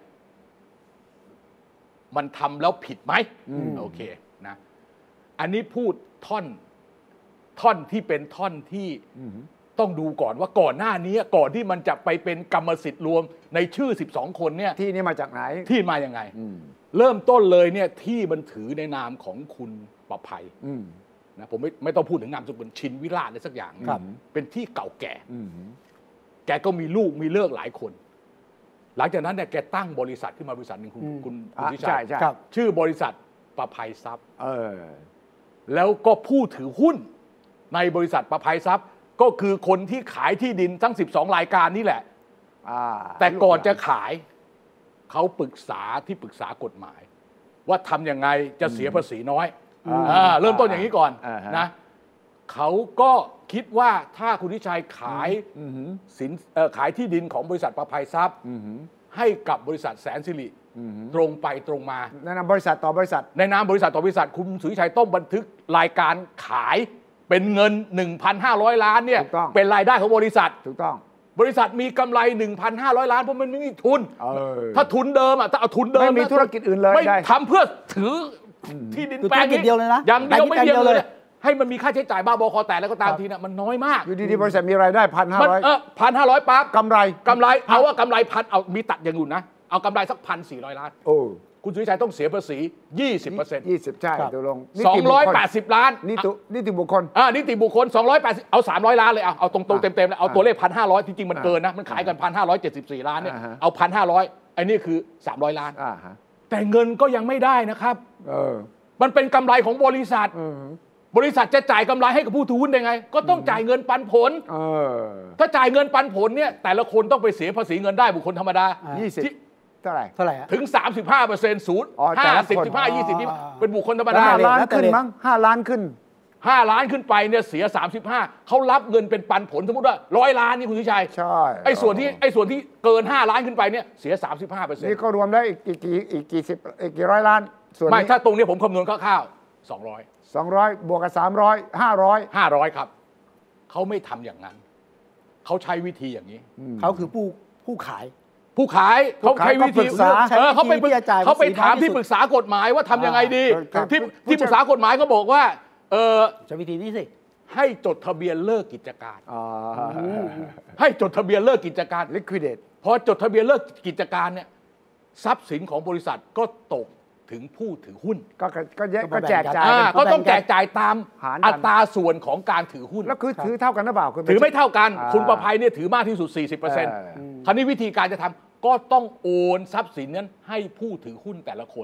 มันทำแล้วผิดไหมโอเคนะอันนี้พูดท่อนที่เป็นท่อนที่ต้องดูก่อนว่าก่อนหน้านี้ก่อนที่มันจะไปเป็นกรรมสิทธิ์รวมในชื่อ12 คนเนี่ยที่นี่มาจากไหนที่มายังไงเริ่มต้นเลยเนี่ยที่มันถือในนามของคุณประภัยนะผมไม่ต้องพูดถึงนามสกุลชินวิราชอะไรสักอย่างเป็นที่เก่าแก่แกก็มีลูกมีเลิกหลายคนหลังจากนั้นเนี่ยแกตั้งบริษัทขึ้นมาบริษัทหนึ่งคุณวิชัยชื่อบริษัทประภัยทรัพย์แล้วก็ผู้ถือหุ้นในบริษัทประภัยทรัพย์ก็คือคนที่ขายที่ดินทั้ง12 รายการนี่แหละแต่ก่อนจะขายเขาปรึกษากฎหมายว่าทำยังไงจะเสียภาษีน้อยเริ่มต้นอย่างนี้ก่อนนะเขาก็คิดว่าถ้าคุณวิชัยขายที่ดินของบริษัทประภัยทรัพย์ให้กับบริษัทแสนสิริตรงไปตรงมาในนามบริษัทต่อบริษัทในนามบริษัทต่อบริษัทคุณสุวิชัยต้องบันทึกรายการขายเป็นเงิน 1,500 ล้านเนี่ยเป็นรายได้ของบริษัทถูกต้องบริษัทมีกำไร 1,500 ล้านเพราะมันไม่มีทุนถ้าทุนเดิมถ้าเอาทุนเดิมไม่มีธุรกิจอื่นเลยไม่ทำเพื่อถือที่ดินแปลงเดียวเลยนะอย่างเดียวไม่เดียวเลยให้มันมีค่าใช้จ่ายบ้าบอคอแตกแล้วก็ตามทีน่ะมันน้อยมากอยู่ดีๆบริษัทมีรายได้ 1,500 ปั๊บกำไรเอาว่ากำไรเอามีตัดอย่างอื่นนะเอากำไรสัก 1,400 ล้านคุณสุวิชัยต้องเสียภาษี 20% ใช่ตกลง 280 ล้านนิติบุคคลนิติบุคคล280เอา300 ล้านเลยเอาตรงๆเต็มๆเลยเอาตัวเลข 1,500 จริงๆมันเกินนะมันขายกัน 1,574 ล้านเนี่ยเอา 1,500 ไอ้นี่คือ300 ล้านแต่เงินก็ยังไม่ได้นะครับมันเป็นกำไรของบริษัทจะจ่ายกำไรให้กับผู้ถือหุ้นได้ไงก็ต้องจ่ายเงินปันผลถ้าจ่ายเงินปันผลเนี่ยแต่ละคนต้องไปเสียภาษีเงินได้บุคคลธรรมดาเท่าไหร่ถึง 35% 0 50 15 20นี่เป็นบุคคลธรรมดา 5 ล้านขึ้นมั้ง5 ล้านขึ้น 5 ล้านขึ้นไปเนี่ยเสีย35เขารับเงินเป็นปันผลสมมติว่า100 ล้านนี่คุณวิชัยใช่ไอ้ส่วนที่เกิน5 ล้านขึ้นไปเนี่ยเสีย 35% นี่ก็รวมได้อีกกี่ร้อยล้านส่วนไม่ถ้าตรงนี้ผมคำนวณคร่าวๆ 200บวกกับ300 500 ครับเขาไม่ทำอย่างนั้นเขาใช้วิธีอย่างนี้เขาคือผู้ขายเขาใช้วิธีเขาไปถามที่ปรึกษากฎหมายว่าทำยังไงดีที่ปรึกษากฎหมายเขาบอกว่าใช้วิธีนี้สิให้จดทะเบียนเลิกกิจการให้จดทะเบียนเลิกกิจการ liquidate พอจดทะเบียนเลิกกิจการเนี่ยทรัพย์สินของบริษัทก็ตกถึงผู้ถือหุ้นก็แจกจ่ายก็ต้องแจกจ่ายตามอัตราส่วนของการถือหุ้นแล้วคือถือเท่ากันหรือเปล่าถือไม่เท่ากันคุณประภัยเนี่ยถือมากที่สุด 40% คราวนี้วิธีการจะทำก็ต้องโอนทรัพย์สินนั้นให้ผู้ถือหุ้นแต่ละคน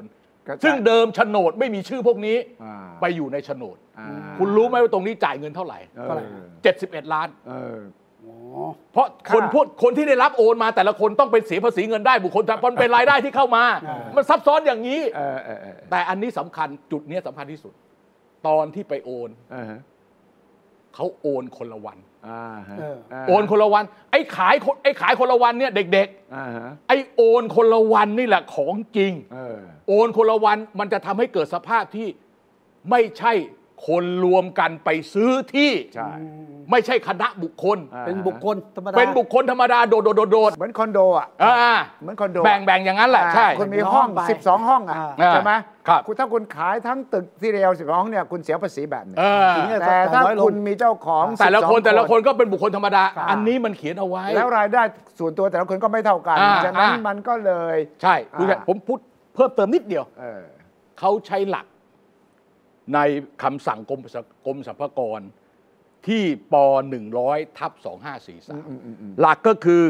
ซึ่งเดิมโฉนดไม่มีชื่อพวกนี้ไปอยู่ในโฉนดคุณรู้ไหมว่าตรงนี้จ่ายเงินเท่าไหร่71 ล้านเพราะคนที่ได้รับโอนมาแต่ละคนต้องเป็นเสียภาษีเงินได้บุคคลเพราะเป็นรายได้ที่เข้ามามันซับซ้อนอย่างนี้แต่อันนี้สำคัญจุดนี้สำคัญที่สุดตอนที่ไปโอนเขาโอนคนละวันโอนคนละวันไอ้ขายคนละวันเนี่ยเด็กๆไอ้โอนคนละวันนี่แหละของจริงโอนคนละวันมันจะทำให้เกิดสภาพที่ไม่ใช่คนรวมกันไปซื้อที่ไม่ใช่คณะบุคคลเป็นบุคคลธรรมดาโดดเหมือนคอนโดอ่ะเหมือนคอนโดแบ่งอย่างนั้นแหละใช่คุณมีห้อง12 ห้องอ่ะใช่ไหมถ้าคุณขายทั้งตึกที่เรียว12 ห้องเนี่ยคุณเสียภาษีแบบนี้แต่ถ้าคุณมีเจ้าของแต่ละคนก็เป็นบุคคลธรรมดาอันนี้มันเขียนเอาไว้แล้วรายได้ส่วนตัวแต่ละคนก็ไม่เท่ากันฉะนั้นมันก็เลยใช่ผมพูดเพิ่มเติมนิดเดียวเขาใช้หลักในคำสั่งกรมสรรพากรที่ป.100/2543หลักก็คื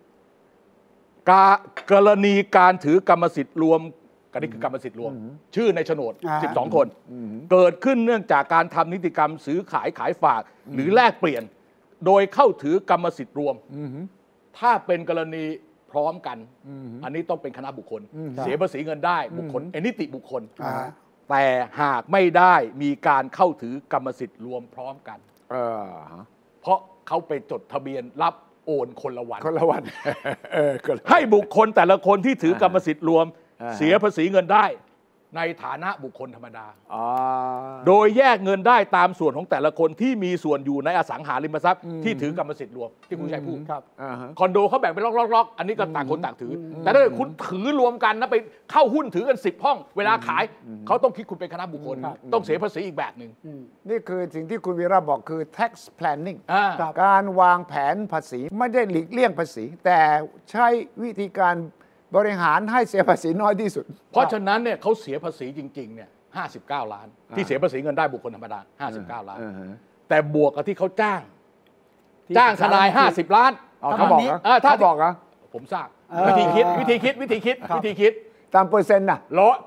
อกรณีการถือกรรมสิทธิ์รวมกันนี่คือกรรมสิทธิ์รวมชื่อในโฉนด12 คนเกิดขึ้นเนื่องจากการทำนิติกรรมซื้อขายฝากหรือแลกเปลี่ยนโดยเข้าถือกรรมสิทธิ์รวมถ้าเป็นกรณีพร้อมกันอันนี้ต้องเป็นคณะบุคคลเสียภาษีเงินได้บุคคลนิติบุคคลแต่หากไม่ได้มีการเข้าถือกรรมสิทธิ์รวมพร้อมกันเพราะเขาไปจดทะเบียนรับโอนคนละวันให้บุคคลแต่ละคนที่ถือกรรมสิทธิ์รวมเสียภาษีเงินได้ในฐานะบุคคลธรรมดาโดยแยกเงินได้ตามส่วนของแต่ละคนที่มีส่วนอยู่ในอสังหาริมทรัพย์ที่ถือกรรมสิทธิ์รวมที่คุณชัยพูดคอนโดเขาแบ่งเป็นล็อกๆอันนี้ก็ต่างคนต่างถือแต่ถ้าคุณถือรวมกันนะไปเข้าหุ้นถือกัน10 ห้องเวลาขายเขาต้องคิดคุณเป็นคณะบุคคลต้องเสียภาษีอีกแบบหนึ่งนี่คือสิ่งที่คุณวีระบอกคือ tax planning การวางแผนภาษีไม่ได้หลีกเลี่ยงภาษีแต่ใช้วิธีการบริหารให้เสียภาษีน้อยที่สุดเพราะฉะนั้นเนี่ยเขาเสียภาษีจริงๆเนี่ย59 ล้านที่เสียภาษีเงินได้บุคคลธรรมดา59 ล้านแต่บวกกับที่เขาจ้างทนาย50 ล้านเขาบอกนะถ้าบอกนะผมทราบวิธีคิดตามเปอร์เซ็นต์น่ะ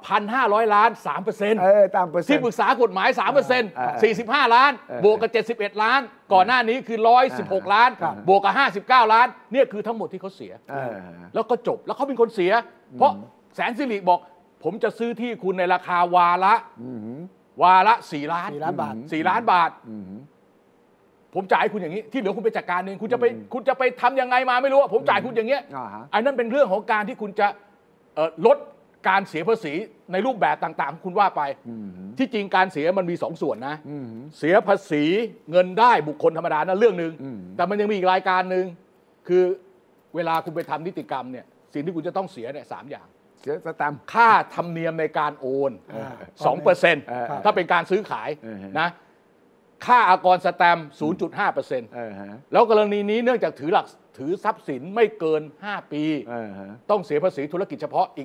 1,500 ล้าน 3% ตามเปอร์เซ็นต์ที่ปรึกษากฎหมาย 3% 45 ล้านบวกกับ71 ล้านก่อนหน้านี้คือ116 ล้านบวกกับ59 ล้านเนี่ยคือทั้งหมดที่เขาเสียแล้วก็จบแล้วเขาเป็นคนเสียเพราะแสนสิริบอกผมจะซื้อที่คุณในราคาวาระ4 ล้านบาทผมจ่ายคุณอย่างนี้ที่เหลือคุณไปจัดการเองคุณจะไปทำยังไงมาไม่รู้ผมจ่ายคุณอย่างเงี้ยอันนั้นเป็นเรื่องของการที่คุณจะลดการเสียภาษีในรูปแบบต่างๆคุณว่าไปที่จริงการเสียมันมี2 ส่วนนะเสียภาษีเงินได้บุคคลธรรมดานั่นเรื่องนึงแต่มันยังมีอีกรายการนึงคือเวลาคุณไปทำนิติกรรมเนี่ยสิ่งที่คุณจะต้องเสียเนี่ย3 อย่างเสียสแตมป์ค่าธรรมเนียมในการโอน 2% ถ้าเป็นการซื้อขายนะค่าอากรสแตมป์ 0.5% แล้วกรณีนี้เนื่องจากถือทรัพย์สินไม่เกิน5 ปีต้องเสียภาษีธุรกิจเฉพาะอีก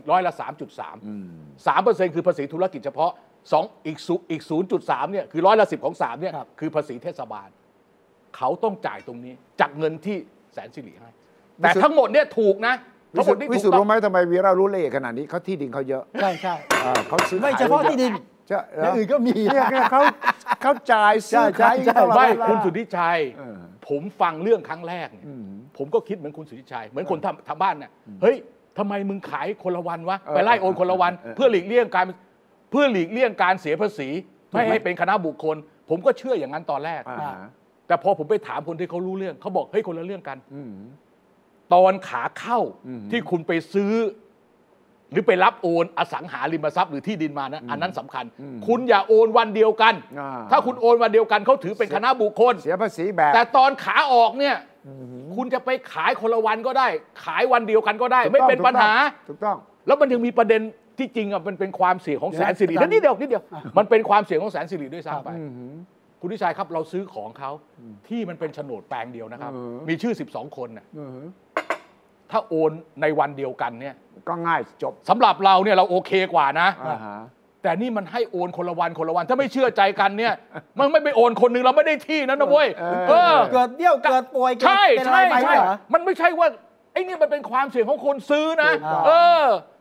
3.3% คือภาษีธุรกิจเฉพาะอีก 0.3 เนี่ยคือ10%ของ3เนี่ยคือภาษีเทศบาลเขาต้องจ่ายตรงนี้จากเงินที่แสนสิริให้แต่ทั้งหมดเนี่ยถูกนะวิสุทธ์รู้ไหมทำไมวีระรู้ละเอียดขนาดนี้เขาที่ดินเขาเยอะใช่เขาซื้อไม่เฉพาะที่ดินอย่างอื่นก็มีเนี่ยเขาจ่ายซื้อขายไม่คุณสุทธิชัยผมฟังเรื่องครั้งแรกเนี่ยผมก็คิดเหมือนคุณสุทธิชัยเหมือนคนทำบ้านเนี่ยเฮ้ยทำไมมึงขายคนละวันวะไปไล่โอนคนละวันเพื่อหลีกเลี่ยงการเสียภาษีไม่ให้เป็นคณะบุคคลผมก็เชื่ออย่างนั้นตอนแรกแต่พอผมไปถามคนที่เขารู้เรื่องเขาบอกเฮ้ยคนละเรื่องกันตอนขาเข้าที่คุณไปซื้อหรือไปรับโอนอสังหาริมทรัพย์หรือที่ดินมานะอันนั้นสำคัญคุณอย่าโอนวันเดียวกันถ้าคุณโอนวันเดียวกันเขาถือเป็นคณะบุคคลเสียภาษีแบบแต่ตอนขาออกเนี่ยคุณจะไปขายคนละวันก็ได้ขายวันเดียวกันก็ได้ไม่เป็นปัญหาถูกต้องแล้วมันยังมีประเด็นที่จริงอ่ะมันเป็นความเสี่ยงของแสนสิรินิดเดียวมันเป็นความเสี่ยงของแสนสิริด้วยซ้ำไปคุณทิชัยครับเราซื้อของเขาที่มันเป็นโฉนดแปลงเดียวนะครับมีชื่อ12 คนน่ะถ้าโอนในวันเดียวกันเนี่ยก็ง่ายจบสำหรับเราเนี่ยเราโอเคกว่านะแต่นี่มันให้โอนคนละวันถ้าไม่เชื่อใจกันเนี่ยมันไม่ไปโอนคนนึงเราไม่ได้ที่นั้นนะเว้ยเกิดเดี่ยวเกิดป่วยใช่มันไม่ใช่ว่าไอ้นี่มันเป็นความเสี่ยงของคนซื้อนะ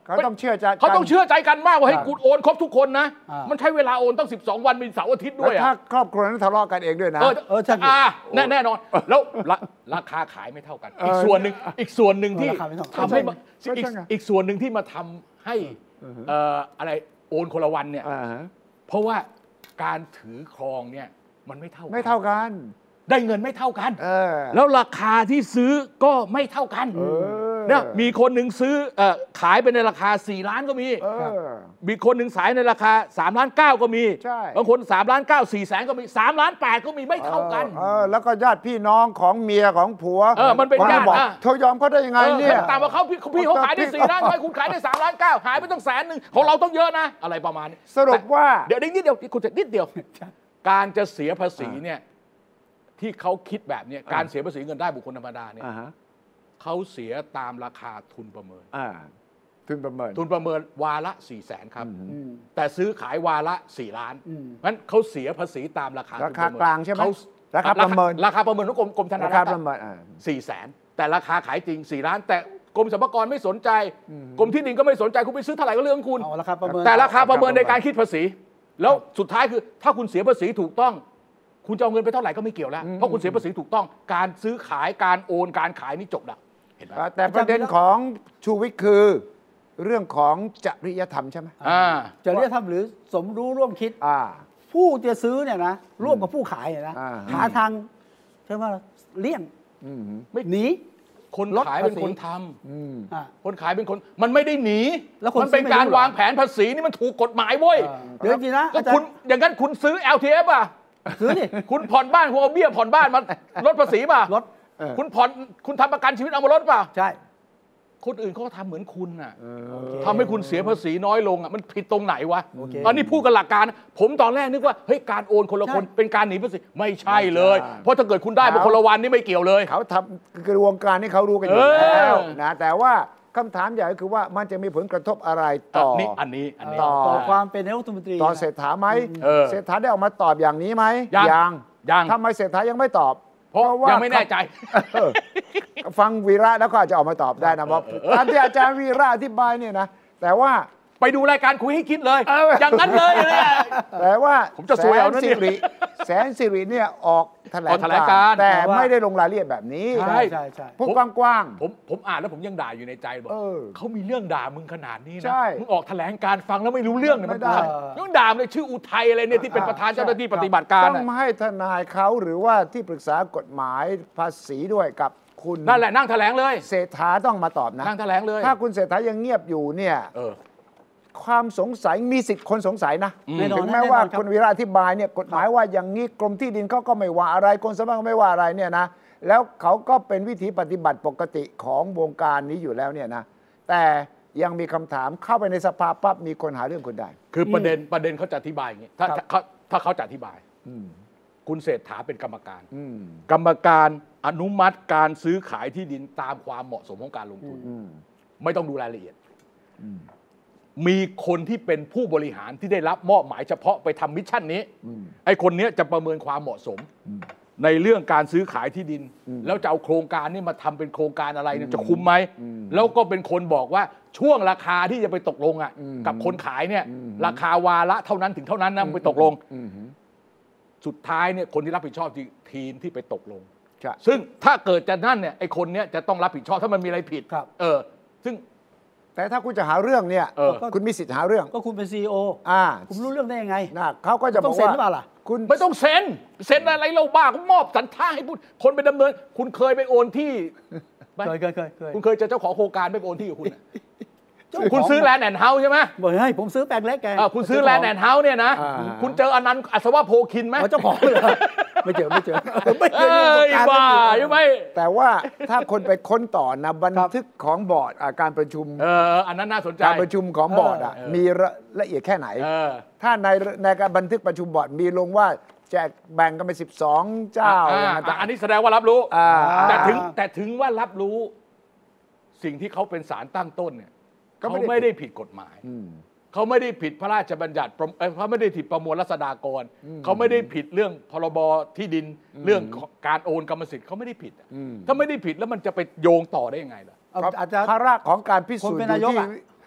เขาต้องเชื่อใจเขาต้องเชื่อใจกันมากว่าให้กูโอนครบทุกคนนะมันใช้เวลาโอนตั้ง12 วันมีเสาร์อาทิตย์ด้วยถ้าครอบครัวนั้นทะเลาะกันเองด้วยนะแน่นอนแล้วราคาขายไม่เท่ากันอีกส่วนหนึ่งที่ทำให้อีกส่วนหนึ่งที่มาทำให้อะไรโอนคนละวันเนี่ยเพราะว่าการถือครองเนี่ยมันไม่เท่ากันได้เงินไม่เท่ากันแล้วราคาที่ซื้อก็ไม่เท่ากันเนี่ยมีคนหนึ่งซื้อขายไปในราคา4 ล้านก็มีคนหนึ่งขายในราคา3.9 ล้านก็มีบางคน3.9 ล้าน4 แสนก็มี3.8 ล้านก็มีไม่เท่ากันแล้วก็ญาติพี่น้องของเมียของผัวมันเป็นญาติเธอยอมเขาได้ยังไงเนี่ยตามว่าพี่เขาขายได้4 ล้านไปคุณขายได้3.9 ล้านหายไปต้อง100,000ของเราต้องเยอะนะอะไรประมาณนี้สรุปว่าเดี๋ยวนิดเดียวคุณจะนิดเดียวการจะเสียภาษีเนี่ยที่เขาคิดแบบนี้การเสียภาษีเงินได้บุคคลธรรมดาเนี่ยเขาเสียตามราคาทุนประเมินทุนประเมินวาระ4 แสนครับแต่ซื้อขายวาระ4 ล้านงั้นเขาเสียภาษีตามราคากลางใช่ไหมราคาประเมินของกรมธนารักษ์4 แสนแต่ราคาขายจริง4 ล้านแต่กรมสรรพากรไม่สนใจกรมที่ดินก็ไม่สนใจคุณไปซื้อเท่าไหร่ก็เรื่องของคุณแต่ราคาประเมินในการคิดภาษีแล้วสุดท้ายคือถ้าคุณเสียภาษีถูกต้องคุณจะเอาเงินไปเท่าไหร่ก็ไม่เกี่ยวแล้วเพราะคุณเสียภาษีถูกต้องการซื้อขายการโอนการขายนี่จบแล้วเห็นไหมแต่ประเด็นของชูวิทย์คือเรื่องของจริยธรรมใช่ไหมจริยธรรมหรือสมรู้ร่วมคิดผู้จะซื้อเนี่ยนะร่วมกับผู้ขายเนี่ยนะหาทางใช่ไหมเลี่ยงไม่หนีคนขายเป็นคนทำคนขายเป็นคนมันไม่ได้หนีมันเป็นการวางแผนภาษีนี่มันถูกกฎหมายเว้ยเดี๋ยวจริงนะคุณอย่างนั้นคุณซื้อ LTF อ่ะซื้อนี่คุณผ่อนบ้านคุณเอาเบี้ยผ่อนบ้านมาลดภาษีป่ะลดคุณทำประกันชีวิตเอามาลดป่ะใช่คนอื่นเขาทำเหมือนคุณน่ะทำให้คุณเสียภาษีน้อยลงอ่ะมันผิดตรงไหนวะอันนี้พูดกันหลักการผมตอนแรกนึกว่าเฮ้ยการโอนคนละคนเป็นการหนีภาษีไม่ใช่เลยเพราะถ้าเกิดคุณได้เป็นคนละวันนี่ไม่เกี่ยวเลยเขาทำกระบวนการที่เขารู้กันอยู่แล้วนะแต่ว่าคำถามใหญ่ก็คือว่ามันจะมีผลกระทบอะไรต่ออันนี้ต่อความเป็นนายกรัฐมนตรีต่อเศรษฐาไหมเศรษฐาได้ออกมาตอบอย่างนี้ไหมยังทำไมเศรษฐายังไม่ตอบเพราะว่ายังไม่แน่ใจฟังวีระแล้วก็อาจจะออกมาตอบได้นะบอกตามที่อาจารย์วีระอธิบายเนี่ยนะแต่ว่าไปดูรายการคุยให้คิดเลยอย่างนั้นเลยแต่ว่าผมจะสวยเอานะแสนสิริเนี่ยออกแถลงการแต่ไม่ได้ลงรายละเอียดแบบนี้ใช่พูดกว้างๆผมอ่านแล้วผมยังด่าอยู่ในใจบอกเขามีเรื่องด่ามึงขนาดนี้นะมึงออกแถลงการฟังแล้วไม่รู้เรื่องเนี่ยมันได้ยังด่าเลยชื่ออุทัยอะไรเนี่ยที่เป็นประธานเจ้าหน้าที่ปฏิบัติการต้องให้ทนายเขาหรือว่าที่ปรึกษากฎหมายภาษีด้วยกับคุณนั่นแหละนั่งแถลงเลยเศรษฐาต้องมาตอบนะนั่งแถลงเลยถ้าคุณเศรษฐายังเงียบอยู่เนี่ยความสงสัยมีสิทธิ์คนสงสัยนะถึงแม้ว่าคุณวีระอธิบายเนี่ยกฎหมายว่าอย่างนี้กรมที่ดินเขาก็ไม่ว่าอะไรกรมสรรพากรก็ไม่ว่าอะไรเนี่ยนะแล้วเขาก็เป็นวิธีปฏิบัติปกติของวงการนี้อยู่แล้วเนี่ยนะแต่ยังมีคำถามเข้าไปในสภาปั๊บมีคนหาเรื่องคุณได้คือประเด็นเขาจะอธิบายอย่างนี้ถ้าเขาจะอธิบายคุณเศรษฐาเป็นกรรมการอนุมัติการซื้อขายที่ดินตามความเหมาะสมของการลงทุนไม่ต้องดูรายละเอียดมีคนที่เป็นผู้บริหารที่ได้รับมอบหมายเฉพาะไปทำมิชชั่นนี้ไอ้คนนี้จะประเมินความเหมาะสมในเรื่องการซื้อขายที่ดินแล้วจะเอาโครงการนี้มาทำเป็นโครงการอะไรจะคุ้มไหมแล้วก็เป็นคนบอกว่าช่วงราคาที่จะไปตกลงอ่ะกับคนขายเนี่ยราคาวาระเท่านั้นถึงเท่านั้นนะไปตกลงสุดท้ายเนี่ยคนที่รับผิดชอบทีมที่ไปตกลงซึ่งถ้าเกิดจะนั่นเนี่ยไอ้คนเนี้ยจะต้องรับผิดชอบถ้ามันมีอะไรผิดซึ่งแต่ถ้าคุณจะหาเรื่องเนี่ยคุณมีสิทธิ์หาเรื่องก็คุณเป็นCEO คุณรู้เรื่องได้ยังไงเขาก็จะบอกว่าคุณไม่ต้องเซ็นอะไรเราบ้าก็มอบสัญชาติให้พูดคนไปดำเนินคุณเคยไปโอนที่เคยคุณเคยเจอเจ้าของโครงการไปโอนที่กับคุณซื้อแลนด์แอนด์เฮาส์ใช่ไหมบอกให้ผมซื้อแปลงเล็กแกคุณซื้อแลนด์แอนด์เฮาส์เนี่ยนะคุณเจออนันต์อัศวะโพคินไหมเจ้าของเลยไม่เจอบ้าใช่ไหมแต่ว่าถ้าคนไปค้นต่อนะบันทึกของบอร์ดการประชุมอันนั้นน่าสนใจการประชุมของบอร์ดมีละเอียดแค่ไหนถ้าในการบันทึกประชุมบอร์ดมีลงว่าแจกแบ่งกันไป12 เจ้าอันนี้แสดงว่ารับรู้แต่ถึงว่ารับรู้สิ่งที่เขาเป็นสารตั้งต้นเนี่ยเขาไม่ได้ผิดกฎหมายเขาไม่ได้ผิดพระราชบัญญัติเขาไม่ได้ผิดประมวลรัษฎากรเขาไม่ได้ผิดเรื่องพรบที่ดินเรื่องการโอนกรรมสิทธิ์เขาไม่ได้ผิดถ้าไม่ได้ผิดแล้วมันจะไปโยงต่อได้ยังไงล่ะอาจจะภาระของการพิสูจน์อยู่ที่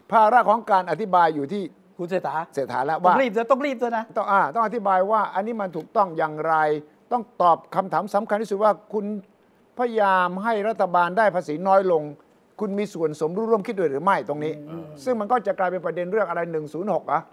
ภาระของการอธิบายอยู่ที่คุณเศรษฐาแล้วว่าต้องรีบด้วยนะต้องอธิบายว่าอันนี้มันถูกต้องอย่างไรต้องตอบคำถามสำคัญที่สุดว่าคุณพยายามให้รัฐบาลได้ภาษีน้อยลงคุณมีส่วนสมรู้ร่วมคิดด้วยหรือไม่ตรงนี้ซึ่งมันก็จะกลายเป็นประเด็นเรื่องอะไร106อ่ะ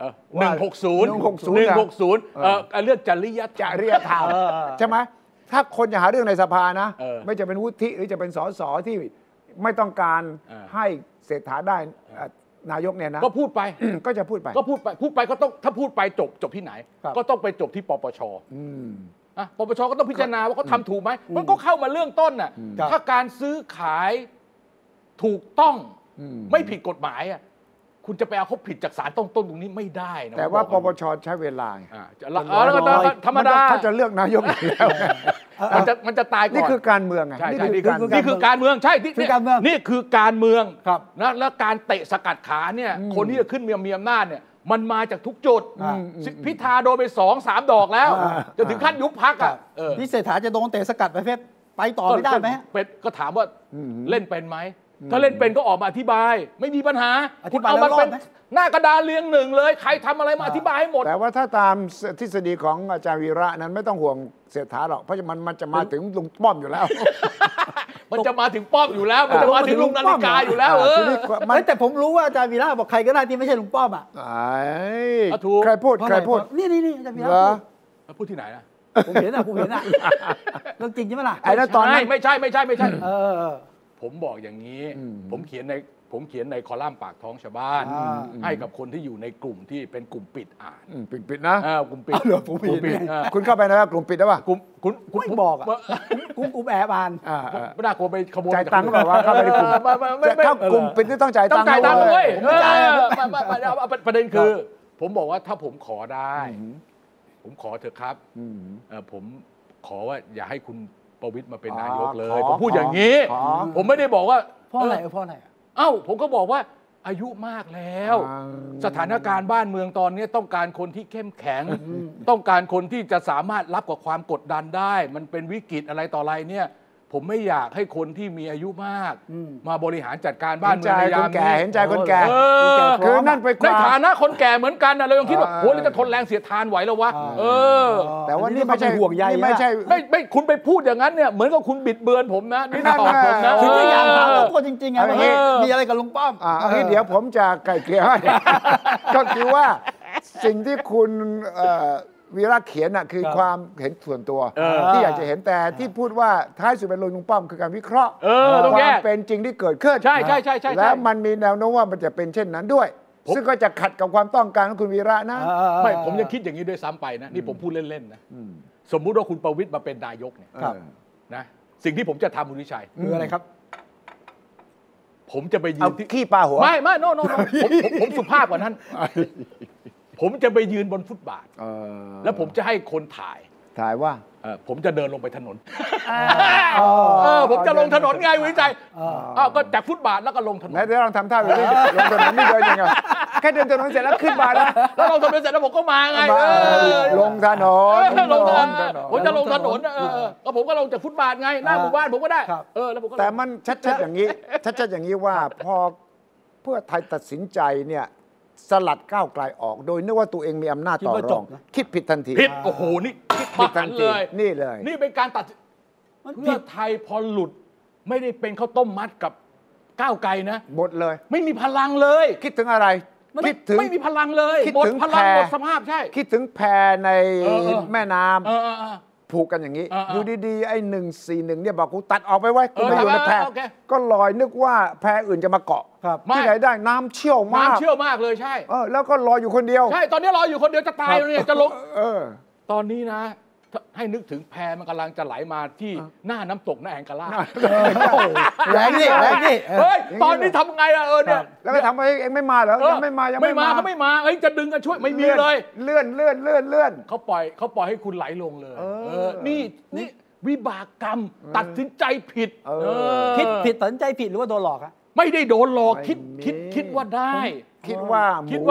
160เรื่องจริยธรรมใช่ไหมถ้าคนจะหาเรื่องในสภานะไม่จะเป็นวุฒิหรือจะเป็นสสที่ไม่ต้องการให้เศรษฐาได้นายกเนี่ยนะก็พูดไปก็จะพูดไปก็ต้องถ้าพูดไปจบที่ไหนก็ต้องไปจบที่ปปชปปชก็ต้องพิจารณาว่าเขาทำถูกไหมมันก็เข้ามาเรื่องต้นน่ะถ้าการซื้อขายถูกต้องไม่ผิดกฎหมายอ่ะคุณจะไปเอาเขาผิดจากศาลต้นตรงนี้ไม่ได้นะแต่ว่าปปชใช้เวลาแล้วก็ธรรมดาเขาจะเลือกนายกแล้วมันจะตายก่อนนี่คือการเมืองไงนี่คือการเมืองใช่นี่คือการเมืองนะแล้วการเตะสกัดขาเนี่ยคนที่จะขึ้นมีอำนาจเนี่ยมันมาจากทุกจุดพิธาโดนไป2-3 ดอกแล้วจะถึงขั้นยุบพรรคอ่ะนี่เศรษฐาจะโดนเตะสกัดไปต่อไม่ได้ไหมก็ถามว่าเล่นเป็นไหมถ้าเล่นเป็นก็ออกมาอธิบายไม่มีปัญหาคุณเอามันเป็นหน้ากระดานเรียงหนึ่งเลยใครทำอะไรมาอธิบายให้หมดแต่ว่าถ้าตามทฤษฎีของอาจารย์วีระนั้นไม่ต้องห่วงเศรษฐาหรอกเพราะมันจะมาถึงลุงป้อมอยู่แล้วมันจะมาถึงป้อมอยู่แล้วมันจะมาถึงลุงนาฬิกาอยู่แล้วแต่ผมรู้ว่าอาจารย์วีระบอกใครก็ได้ที่ไม่ใช่ลุงป้อมอ่ะใครพูดนี่อาจารย์วีระพูดที่ไหนนะผมเห็นอ่ะเรื่องจริงใช่ไหมล่ะไอ้นั่นตอนนั้นไม่ใช่ผมบอกอย่างนี้ผมเขียนในคอลัมน์ปากท้องชาวบ้านให้กับคนที่อยู่ในกลุ่มที่เป็นกลุ่มปิดอ่านปิดนะกลุ่มปิดคุณเข้าไปนะกลุ่มปิดได้ป่ะคุณบอกอ่ะกลุ่มแอบอ่านไม่น่ากลัวไปขโมยจ่ายตังค์แบบว่าเข้าไปในกลุ่มเข้ากลุ่มปิดที่ต้องจ่ายตังค์ด้วยประเด็นคือผมบอกว่าถ้าผมขอได้ผมขอเถอะครับผมขอว่าอย่าให้คุณประวิตรมาเป็นนายกเลยผมพูดอย่างนี้ผมไม่ได้บอกว่าเพราะอะไรผมก็บอกว่าอายุมากแล้วสถานการณ์บ้านเมืองตอนนี้ต้องการคนที่เข้มแข็งต้องการคนที่จะสามารถรับกับความกดดันได้มันเป็นวิกฤตอะไรต่ออะไรเนี่ยผมไม่อยากให้คนที่มีอายุมากมาบริหารจัดการบ้านเมืองในยามนี้เห็นใจคนแก่คือนั่นไปในฐานะคนแก่เหมือนกันนะเรายังคิดว่าโหเราจะทนแรงเสียดทานไหวแล้ววะแต่ว่านี่ไม่ใช่ห่วงใยไม่คุณไปพูดอย่างนั้นเนี่ยเหมือนกับคุณบิดเบือนผมนะนี่ตอบผมนะคือไม่อยากถามแล้วตัวจริงๆไงมีอะไรกับลุงป้อมเดี๋ยวผมจะไกล่เกลี่ยให้ก็คือว่าสิ่งที่คุณวีระเขียนน่ะคือความเห็นส่วนตัวที่อยากจะเห็นแต่ที่พูดว่าท้ายสุดเป็นลุงป้อมคือการวิเคราะห์ความเป็นจริงที่เกิดขึ้นใช่แล้วมันมีแนวโน้มว่ามันจะเป็นเช่นนั้นด้วยซึ่งก็จะขัดกับความต้องการของคุณวีระนะไม่ผมยังคิดอย่างนี้ด้วยซ้ำไปนะนี่ผมพูดเล่นๆนะสมมุติว่าคุณประวิตรมาเป็นนายกเนี่ยนะสิ่งที่ผมจะทำคุณวิชัยคืออะไรครับผมจะไปยืนที่ขี้ปลาหัวไม่โน่ผมสุภาพกว่านั้นผมจะไปยืนบนฟุตบาทแล้วผมจะให้คนถ่ายว่าผมจะเดินลงไปถนนผมจะลงถนนไงวิจัยก็จากฟุตบาทแล้วก็ลงถนนแล้วลองทำท่าแบบนี้ลงถนนนี่เดินยังไงแค่เดินถนนเสร็จแล้วขึ้นมาแล้วลงถนนเสร็จแล้วผมก็มาไงลงถนนผมจะลงถนนก็ผมก็ลงจากฟุตบาทไงหน้าหมู่บ้านผมก็ได้แล้วผมก็แต่มันชัดๆอย่างนี้ว่าพอเพื่อไทยตัดสินใจเนี่ยสลัดก้าวไกลออกโดยนึกว่าตัวเองมีอำนาจต่อรองคิดผิดทันทีผิดโอ้โหนี่คิดผิดทันทีนี่เป็นการตัดเพื่อไทยพอหลุดไม่ได้เป็นข้าวต้มมัดกับก้าวไกลนะหมดเลยไม่มีพลังเลยคิดถึงอะไรคิดถึงไม่มีพลังเลยหมดพลังหมดสภาพใช่คิดถึงแพในแม่น้ำผูกกันอย่างนี้อยู่ดีๆไอ้141เนี่ยบอกกูตัดออกไปไว้กูไม่อยู่ในแพก็ลอยนึกว่าแพอื่นจะมาเกาะที่ไหนได้น้ำเชี่ยวมากเลยใช่แล้วก็ลอยอยู่คนเดียวใช่ตอนนี้ลอยอยู่คนเดียวจะตายแล้วเนี่ยจะลงตอนนี้นะให้นึกถึงแพมันกำลังจะไหลมาที่หน้าน้ำตกหน้าแองการ่าแรงนี่เฮ้ยตอนนี้ทำไงอะเนี่ยแล้วก็ทำไมเองไม่มาเหรอยังไม่มาก็ไม่มาจะดึงกันช่วยไม่มีเลยเลื่อนเขาปล่อยให้คุณไหลลงเลยนี่วิบากกรรมตัดสินใจผิดคิดผิดตัดสินใจผิดหรือว่าโดนหลอกอะไม่ได้โดนหลอกคิดว่าได้คิดว่าหมูคิด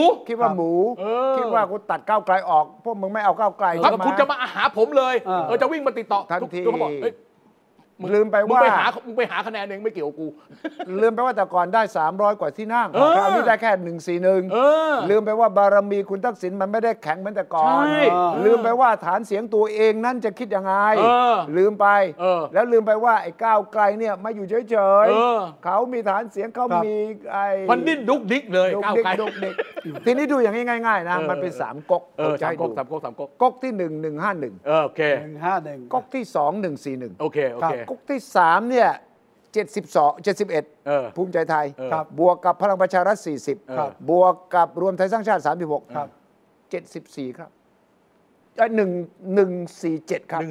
ว่ากูตัดก้าวไกลออกพวกมึงไม่เอาก้าวไกลครับคุณจะมาหาผมเลยจะวิ่งมาติดต่อทันทีลืมไปว่ามึงไปหาคะแนนเองไม่เกี่ยวกับกูลืมไปว่าแต่ก่อนได้300กว่าที่นั่งคราวนี้ได้แค่141ลืมไปว่าบารมีคุณทักษิณมันไม่ได้แข็งเหมือนแต่ก่อนลืมไปว่าฐานเสียงตัวเองนั้นจะคิดยังไงลืมไปแล้วลืมไปว่าไอ้ก้าวไกลเนี่ยมาอยู่เฉยๆเขามีฐานเสียงเขามีไอ้มันดิ้นดุกดิกเลยก้าวไกลทีนี้ดูอย่างง่ายๆนะมันเป็น3ก๊ก 3 ก๊กที่1151 โอเคก๊กที่2141 โอเคก๊กที่3เนี่ย71ภูมิใจไทยบวกกับพลังประชารัฐ40บวกกับรวมไทยสร้างชาติ36ครับ74ครับ147ครับ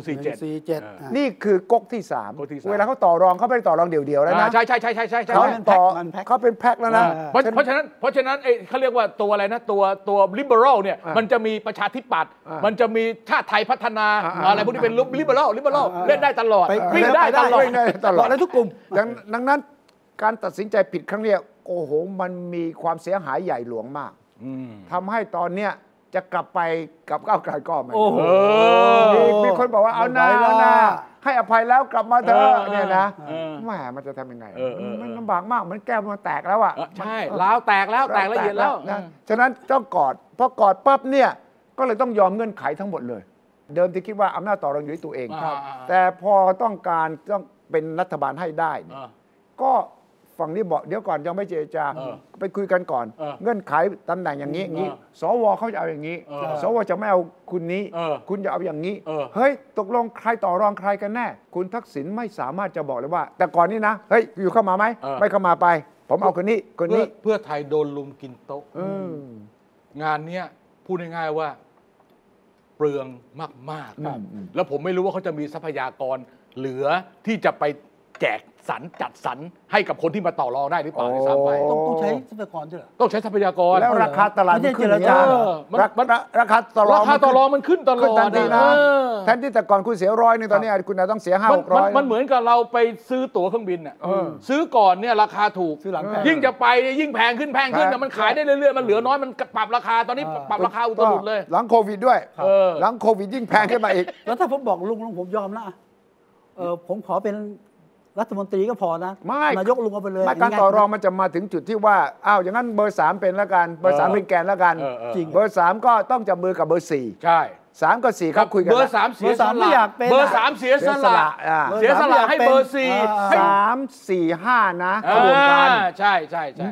147นี่คือก๊กที่3เวลาเขาต่อรองเขาไม่ได้ต่อรองเดี่ยวๆแล้วนะใช่เขาเป็นแพ็คแล้วนะเพราะฉะนั้นเขาเรียกว่าตัวอะไรนะตัว liberal เนี่ยมันจะมีประชาธิปัตย์มันจะมีชาติไทยพัฒนาอะไรพวกนี้เป็น liberal เล่นได้ตลอดวิ่งได้ตลอดและทุกกลุ่มดังนั้นการตัดสินใจผิดครั้งนี้โอ้โหมันมีความเสียหายใหญ่หลวงมากทำให้ตอนเนี้ยจะกลับไปกับก้าวไกลก็ไม่มีคนบอกว่าเอาหน้าให้อภัยแล้วกลับมาเถอะเนี่ยนะแหมมันจะทำยังไงมันลำบากมากมันแก้วมันแตกแล้วอ่ะใช่แล้วแตกละเอียดแล้วฉะนั้นต้องกอดพอกอดปั๊บเนี่ยก็เลยต้องยอมเงื่อนไขทั้งหมดเลยเดิมที่คิดว่าอำนาจต่อรองอยู่ที่ตัวเองแต่พอต้องเป็นรัฐบาลให้ได้ก็ฝั่งนี้บอกเดี๋ยวก่อนยังไม่เจรจาไปคุยกันก่อนเงื่อนไขตำแหน่งอย่างนี้สวเขาจะเอาอย่างนี้สวจะไม่เอาคุณนี้คุณจะเอาอย่างนี้เฮ้ยตกลงใครต่อรองใครกันแน่คุณทักษิณไม่สามารถจะบอกเลยว่าแต่ก่อนนี้นะเฮ้ยอยู่เข้ามาไหมไม่เข้ามาไปผมเอาคนนี้เพื่อไทยโดนลุมกินโต๊ะงานเนี้ยพูดง่ายๆว่าเปลืองมากๆแล้วผมไม่รู้ว่าเขาจะมีทรัพยากรเหลือที่จะไปแจกสรรจัดสรรให้กับคนที่มาต่อรองได้หรือเปล่าซ้ำไปต้องใช้ทรัพยากรด้วยเหรอต้องใช้ทรัพยากรแล้วราคาตลาดมันขึ้นราคาต่อรองมันขึ้นตลอดนะแทนที่แต่ก่อนคุณเสีย100นึงตอนนี้คุณต้องเสีย500-600 มันเหมือนกับเราไปซื้อตั๋วเครื่องบินน่ะซื้อก่อนเนี่ยราคาถูกยิ่งจะไปยิ่งแพงขึ้นแต่มันขายได้เรื่อยๆมันเหลือน้อยมันปรับราคาตอนนี้ปรับราคาอุตลุดเลยหลังโควิดด้วยหลังโควิดยิ่งแพงขึ้นมาอีกแล้วถ้าผมบอกลุงผมยอมนะผมขอเป็นรัฐมนตรีก็พอนะนายกลุงเอาไปเลยการต่อรองมันจะมาถึงจุดที่ว่าอ้าวอย่างนั้นเบอร์3เป็นแล้วกันเบอร์3เป็นแกนแล้วกันเบอร์3ก็ต้องจับมือกับเบอร์4 ใช่ 3กับ4ครับคุยกันเบอร์3เสียสละเบอร์3เสียสละให้เบอร์4 3 4 5นะรวมกันใช่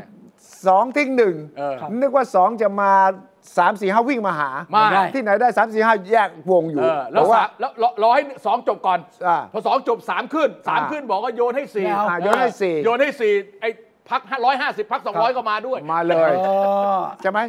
2ทิ้ง1นึกว่า2จะมา3 4 5วิ่งมาหาที่ไหนได้3 4 5แยกวงอยู่แล้วรอให้2จบก่อนพอ2จบ3ขึ้นบอกว่าโยนให้4 โยนให้ 4ไอ้พัก150พัก200ก็มาด้วยมาเลยใช่ไหม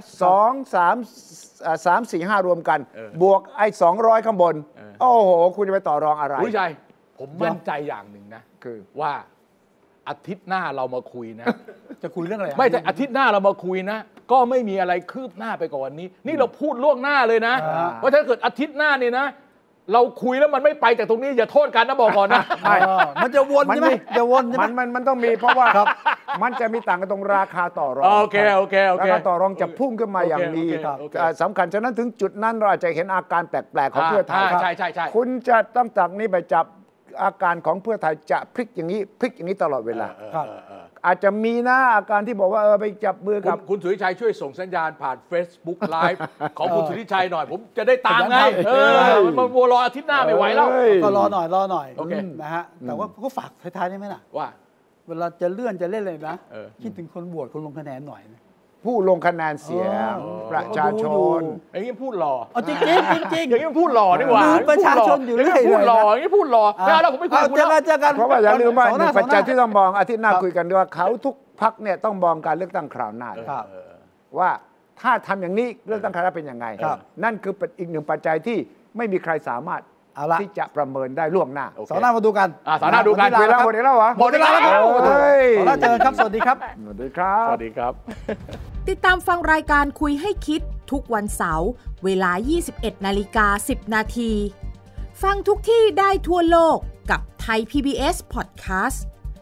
2 3 4 5รวมกันบวกไอ้200ข้างบนโอ้โหคุณจะไปต่อรองอะไรผู้ใหญ่ผมมั่นใจอย่างหนึ่งนะคือว่าอาทิตย์หน้าเรามาคุยนะจะคุยเรื่องอะไรไม่แต่อาทิตย์หน้าเรามาคุยนะก็ไม่มีอะไรคืบหน้าไปกว่าวันนี้นี่เราพูดล่วงหน้าเลยนะว่าถ้าเกิดอาทิตย์หน้านี่นะเราคุยแล้วมันไม่ไปจากตรงนี้อย่าโทษกันนะบอกก่อนนะมันจะวนใช่ไหมจะวนใช่ไหมมันต้องมีเพราะว่ามันจะมีต่างกันตรงราคาต่อรองโอเคราคาต่อรองจะพุ่งขึ้นมาอย่างนี้สำคัญฉะนั้นถึงจุดนั้นเราอาจจะเห็นอาการแปลกๆของเพื่อไทยใช่คุณจะต้องจากนี้ไปจับอาการของเพื่อไทยจะพลิกอย่างนี้ตลอดเวลาอาจจะมีนะอาการที่บอกว่าไปจับมือกับคุณสุริชัยช่วยส่งสัญญาณผ่าน Facebook Live ของคุณสุริชัยหน่อยผมจะได้ตามไงมันวัวรออาทิตย์หน้าไม่ไหวแล้วก็รอหน่อยนะฮะแต่ว่าก็ฝากท้ายๆได้ไหมล่ะว่าเวลาจะเลื่อนจะเล่นอะไรนะคิดถึงคนโหวตคนลงคะแนนหน่อยผู้ลงคะแนนเสียงประชาชนอย่างนี้พูดหล่อจริงอย่างนี้พูดหล่อดีกว่าประชาชนอยู่เรื่อยพูดหล่ออย่างนี้พูดหล่อแล้วผมไม่คุยกันเพราะว่าอย่าลืมว่าหนึ่งปัจจัยที่ต้องมองอาทิตย์หน้าคุยกันด้วยว่าเขาทุกพรรคเนี่ยต้องมองการเลือกตั้งคราวหน้าว่าถ้าทำอย่างนี้เลือกตั้งคราวหน้าเป็นยังไงนั่นคือเป็นอีกหนึ่งปัจจัยที่ไม่มีใครสามารถที่จะประเมินได้ล่วงหน้าสองหน้ามาดูกันสองหน้าดูกันเวลาหมดแล้วเหรอหมดแล้วครับสองหน้าเจอครับสวัสดีครับสวัสดีครับติดตามฟังรายการคุยให้คิดทุกวันเสาร์เวลา 21:10 น.ฟังทุกที่ได้ทั่วโลกกับ Thai PBS Podcast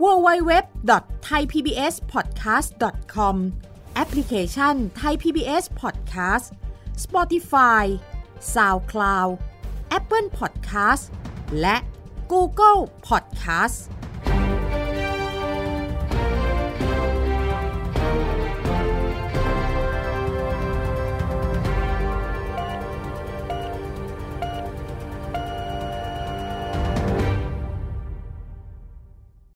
www.thaipbspodcast.com แอปพลิเคชัน Thai PBS Podcast Spotify SoundCloud Apple Podcast และ Google Podcast